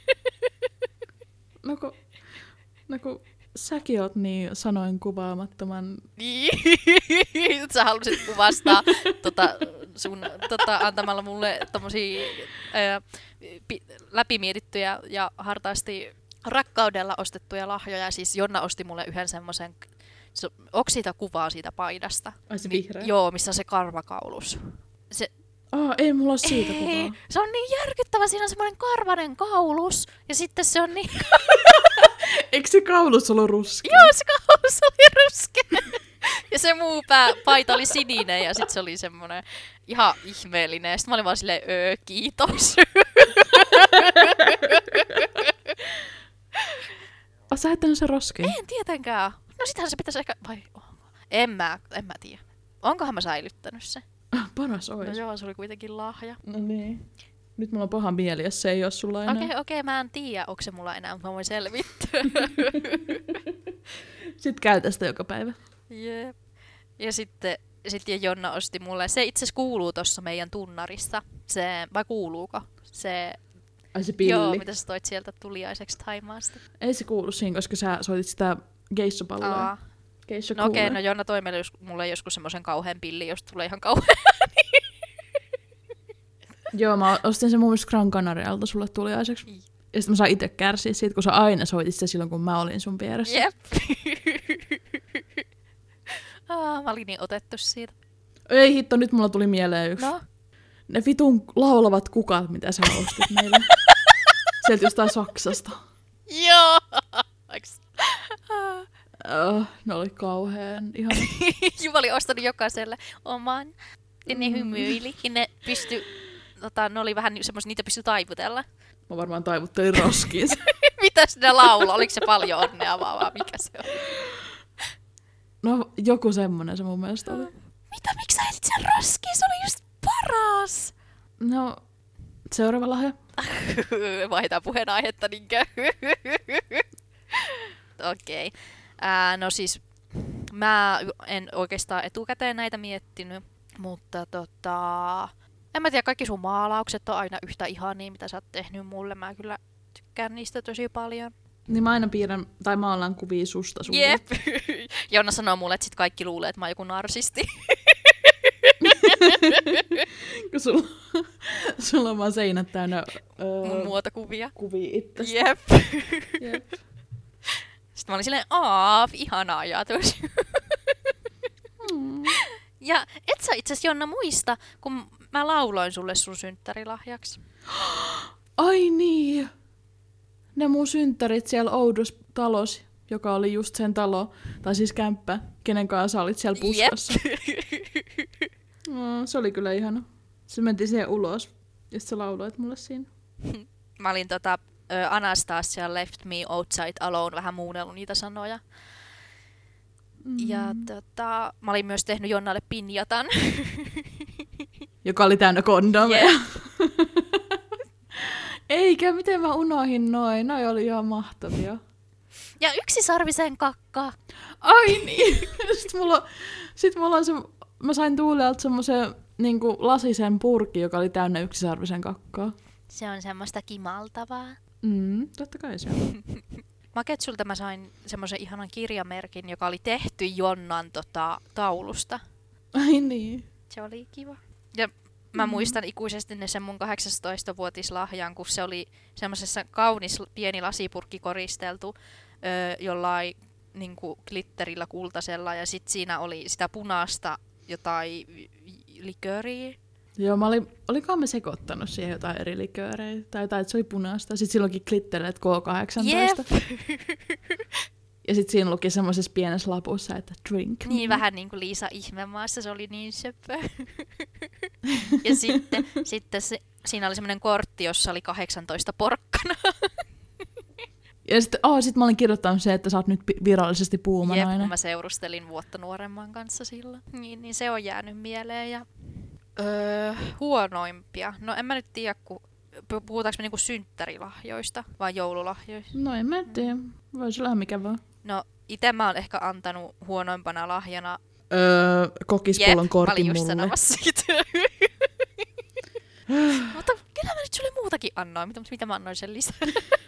No kun, no kun säkin oot niin sanoin kuvaamattoman. Niin, sä halusit kuvastaa tota, sun tota, antamalla mulle tommosia ää, pi, läpimietittyjä ja hartaasti rakkaudella ostettuja lahjoja. Siis Jonna osti mulle yhden semmoisen, onko siitä kuvaa siitä paidasta? Ai se vihreä? Ni, joo, missä on se karvakaulus. Se, Oh, ei mulla ole siitä ei, kuvaa. Se on niin järkyttävä, siinä on semmoinen karvanen kaulus ja sitten se on niin... Eikö se kaulus ollut ruskea? Joo, se kaulus oli ruskea. Ja se muu pää, paita oli sininen ja sitten se oli semmoinen ihan ihmeellinen. Ja sitten mä olin vaan silleen, öö, kiitos. Oot sä heittänyt sen roskiin? En tietenkään. No sitähän se pitäisi ehkä... Vai onko? En mä, en mä tiedä. Onkohan mä säilyttänyt se? Paras ois. No joo, se oli kuitenkin lahja. No niin. Nyt mulla on paha mieli, jos se ei oo sulla enää. Okei, okay, okei, okay, mä en tiedä, onko se mulla enää, mutta mä voin selvittää. Sitten käytä sitä joka päivä. Jep. Ja sitten sitten Jonna osti mulle, se itse asiassa kuuluu tuossa meidän tunnarissa, se, vai kuuluuko? Se, Ai se pilli. joo, mitä sä toit sieltä tuliaiseksi Thaimaasta. Ei se kuulu siihen, koska sä soitit sitä geissopalloa. Aa. Geisso No okei, okay, no Jonna toi meille jos, mulle joskus semmoisen kauhean pillin, josta tulee ihan kauhean. Joo, mä ostin sen mun mielestä Gran Canarialta sulle tuliaiseksi. Ja sitten mä sain itse kärsiä siitä, kun sä aina soitit sitä silloin, kun mä olin sun vieressä. Jep. ah, mä olin niin otettu siitä. Ei hitto, nyt mulla tuli mieleen yksi. No? Ne vitun laulavat kukat, mitä sä ostit meille. Sieltä jostain Saksasta. Joo! Oh, ne oli kauhean ihan. Juma oli ostanut jokaiselle oman. Ja ne hymyili. Ja ne pysty, tota, ne oli vähän semmoisia, niitä pystyi taivutella. Mä varmaan taivuttelin roskiin. Mitäs ne laulaa? Oliko se paljon onnea vaan, vai mikä se oli? No joku semmonen se mun mielestä oli. Mitä? Miksi sä etit sen roskiin? Se oli just paras! No, seuraava lahja. Vaihdetaan puheenaihetta niinkö? Okei. Okay. Ää, no siis, mä en oikeastaan etukäteen näitä miettinyt, mutta tota... En mä tiedä, kaikki sun maalaukset on aina yhtä ihania, mitä sä oot tehnyt mulle. Mä kyllä tykkään niistä tosi paljon. Niin mä aina piirrän, tai maalaan kuvia susta sulle. Jep. Jonna sanoo mulle, että sit kaikki luulee, että mä oon joku narsisti. Kun sulla, sulla on vaan seinät täynnä öö, Mun muotokuvia. kuvia itsestä. Jep. Jep. Sitten mä olin silleen, aah, ihana ajatus. Mm. Ja et sä itse asiassa, Jonna, muista, kun mä lauloin sulle sun synttärilahjaksi. Ai niin. Ne mun synttärit siellä Oudus talossa, joka oli just sen talo, tai siis kämppä, kenen kanssa sä olit siellä puskassa. No, se oli kyllä ihana. Se mentiin siihen ulos, ja sä lauloit mulle siinä. Mä olin tota, ö, Anastasia Left Me Outside Alone vähän muunnellut niitä sanoja. Mm. Ja tota, mä olin myös tehnyt Jonnalle pinjatan. Joka oli täynnä kondomeja. Yeah. Eikä, miten mä unohin noin. Noi oli ihan mahtavia. Ja yksisarvisen kakka. Ai niin. Sitten mulla, sit mulla on se, mä sain Tuuleelta semmoisen niinku lasisen purki, joka oli täynnä yksisarvisen kakkaa. Se on semmoista kimaltavaa. Mm, totta kai se on. Maketsulta mä sain semmoisen ihanan kirjamerkin, joka oli tehty Jonnan tota, taulusta. Ai niin. Se oli kiva. Ja mä Mm. muistan ikuisesti ne sen mun kahdeksantoistavuotislahjan, kun se oli semmoisessa kaunis pieni lasipurkki koristeltu öö, jollain niinku glitterillä kultasella, ja sit siinä oli sitä punaista jotain liköriä. Joo, mä olin, olikohan me sekoittanut siihen jotain eri likööreitä, tai jotain, että se oli punaista. Sitten silloinkin glittereet K kahdeksantoista. Jep. Ja sitten siinä luki semmoisessa pienessä lapussa, että drink me. Niin vähän niin kuin Liisa Ihmemaassa, se oli niin söpö. Ja sitten, sitten se, siinä oli semmoinen kortti, jossa oli kahdeksantoista porkkana. Ja sitten oh, sit mä olin kirjoittanut se, että sä oot nyt pi- virallisesti Jep, puumanainen. kun mä seurustelin vuotta nuoremman kanssa silloin. Niin, niin se on jäänyt mieleen. Ja öö, huonoimpia. No en mä nyt tiedä, kun puhutaanko me niinku synttärilahjoista vai joululahjoista. No en mä tiedä. Voisi olla mikä vaan. No ite mä oon ehkä antanut huonoimpana lahjana. Öö, kokispullon Jep, kortin mä olin just mulle. sanomassa siitä. Mutta kyllä mä nyt sulle muutakin annoin, mutta mitä mä annoin sen lisää?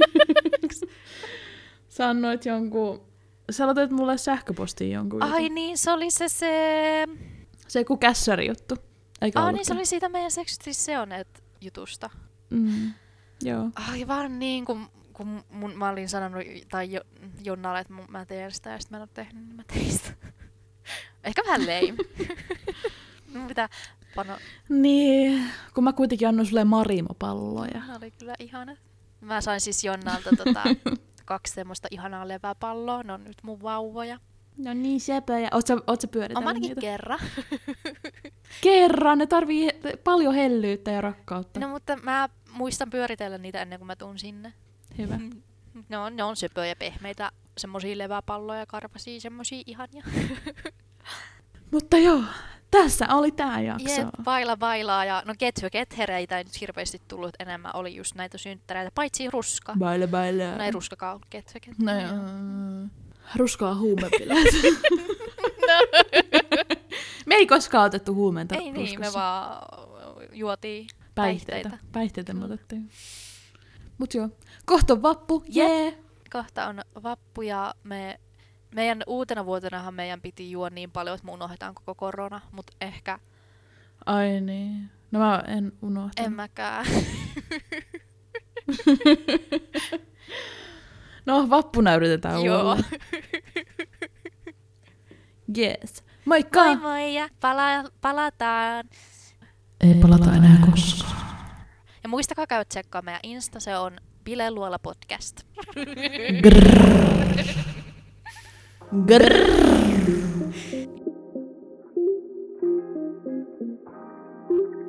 Sä annoit jonkun... Sä laitat mulle sähköpostiin jonkun Ai jutun. niin, se oli se se... Se joku kässäri juttu. Eikä Ah ollutkaan? niin, se oli siitä meidän Sextris Seonet jutusta. Mm. Joo. Aivan niin, kun, kun mun, mä olin sanonut, tai jo, Jonnalle, että mun, mä teen sitä, ja sit mä en oo tehnyt, niin mä tein sitä. Ehkä vähän lame. Mun pitää pano... Niin, kun mä kuitenkin annoin sulle Marimo-palloja. Ne oli kyllä ihana. Mä sain siis Jonnalta tota, kaksi semmoista ihanaa leväpalloa, ne on nyt mun vauvoja. No niin sepöjä. Oot sä, oot sä pyöritellyt Oon ainakin niitä? kerran. Kerran, ne tarvii he- paljon hellyyttä ja rakkautta. No mutta mä muistan pyöritellä niitä ennen kuin mä tuun sinne. Hyvä. Ne on, ne on söpöjä pehmeitä, semmosia leväpalloja, karvasia, semmosia ihania. Mutta joo, tässä oli tää jakso. Jep, vailla vailaa ja no kethykethereitä ei nyt hirveästi tullut enemmän, oli just näitä synttäreitä, paitsi ruska. Baile, baile. No ei ruskakaan ollut kethyket. No joo. Ruskaa huumepileet. No. Me ei koskaan otettu huumeenta Ei niin, ruskassa. me vaan juotiin Päihteitä. päihteitä. Päihteitä me otettiin. Mut joo. Kohta on vappu. Jep. Jee. Kohta on vappu ja me, meidän uutena vuotenahan meidän piti juo niin paljon, että me unohdetaan koko korona, mutta ehkä Ai niin. No mä en unohtanut. en mäkään. No vappuna yritetään Joo. olla. Yes. Moikka! Moi moi ja pala- palataan. Ei palata enää koskaan. Ja muistakaa käydä tsekkaa meidän Insta, se on Bileluola podcast. Grrrr. Grrrr.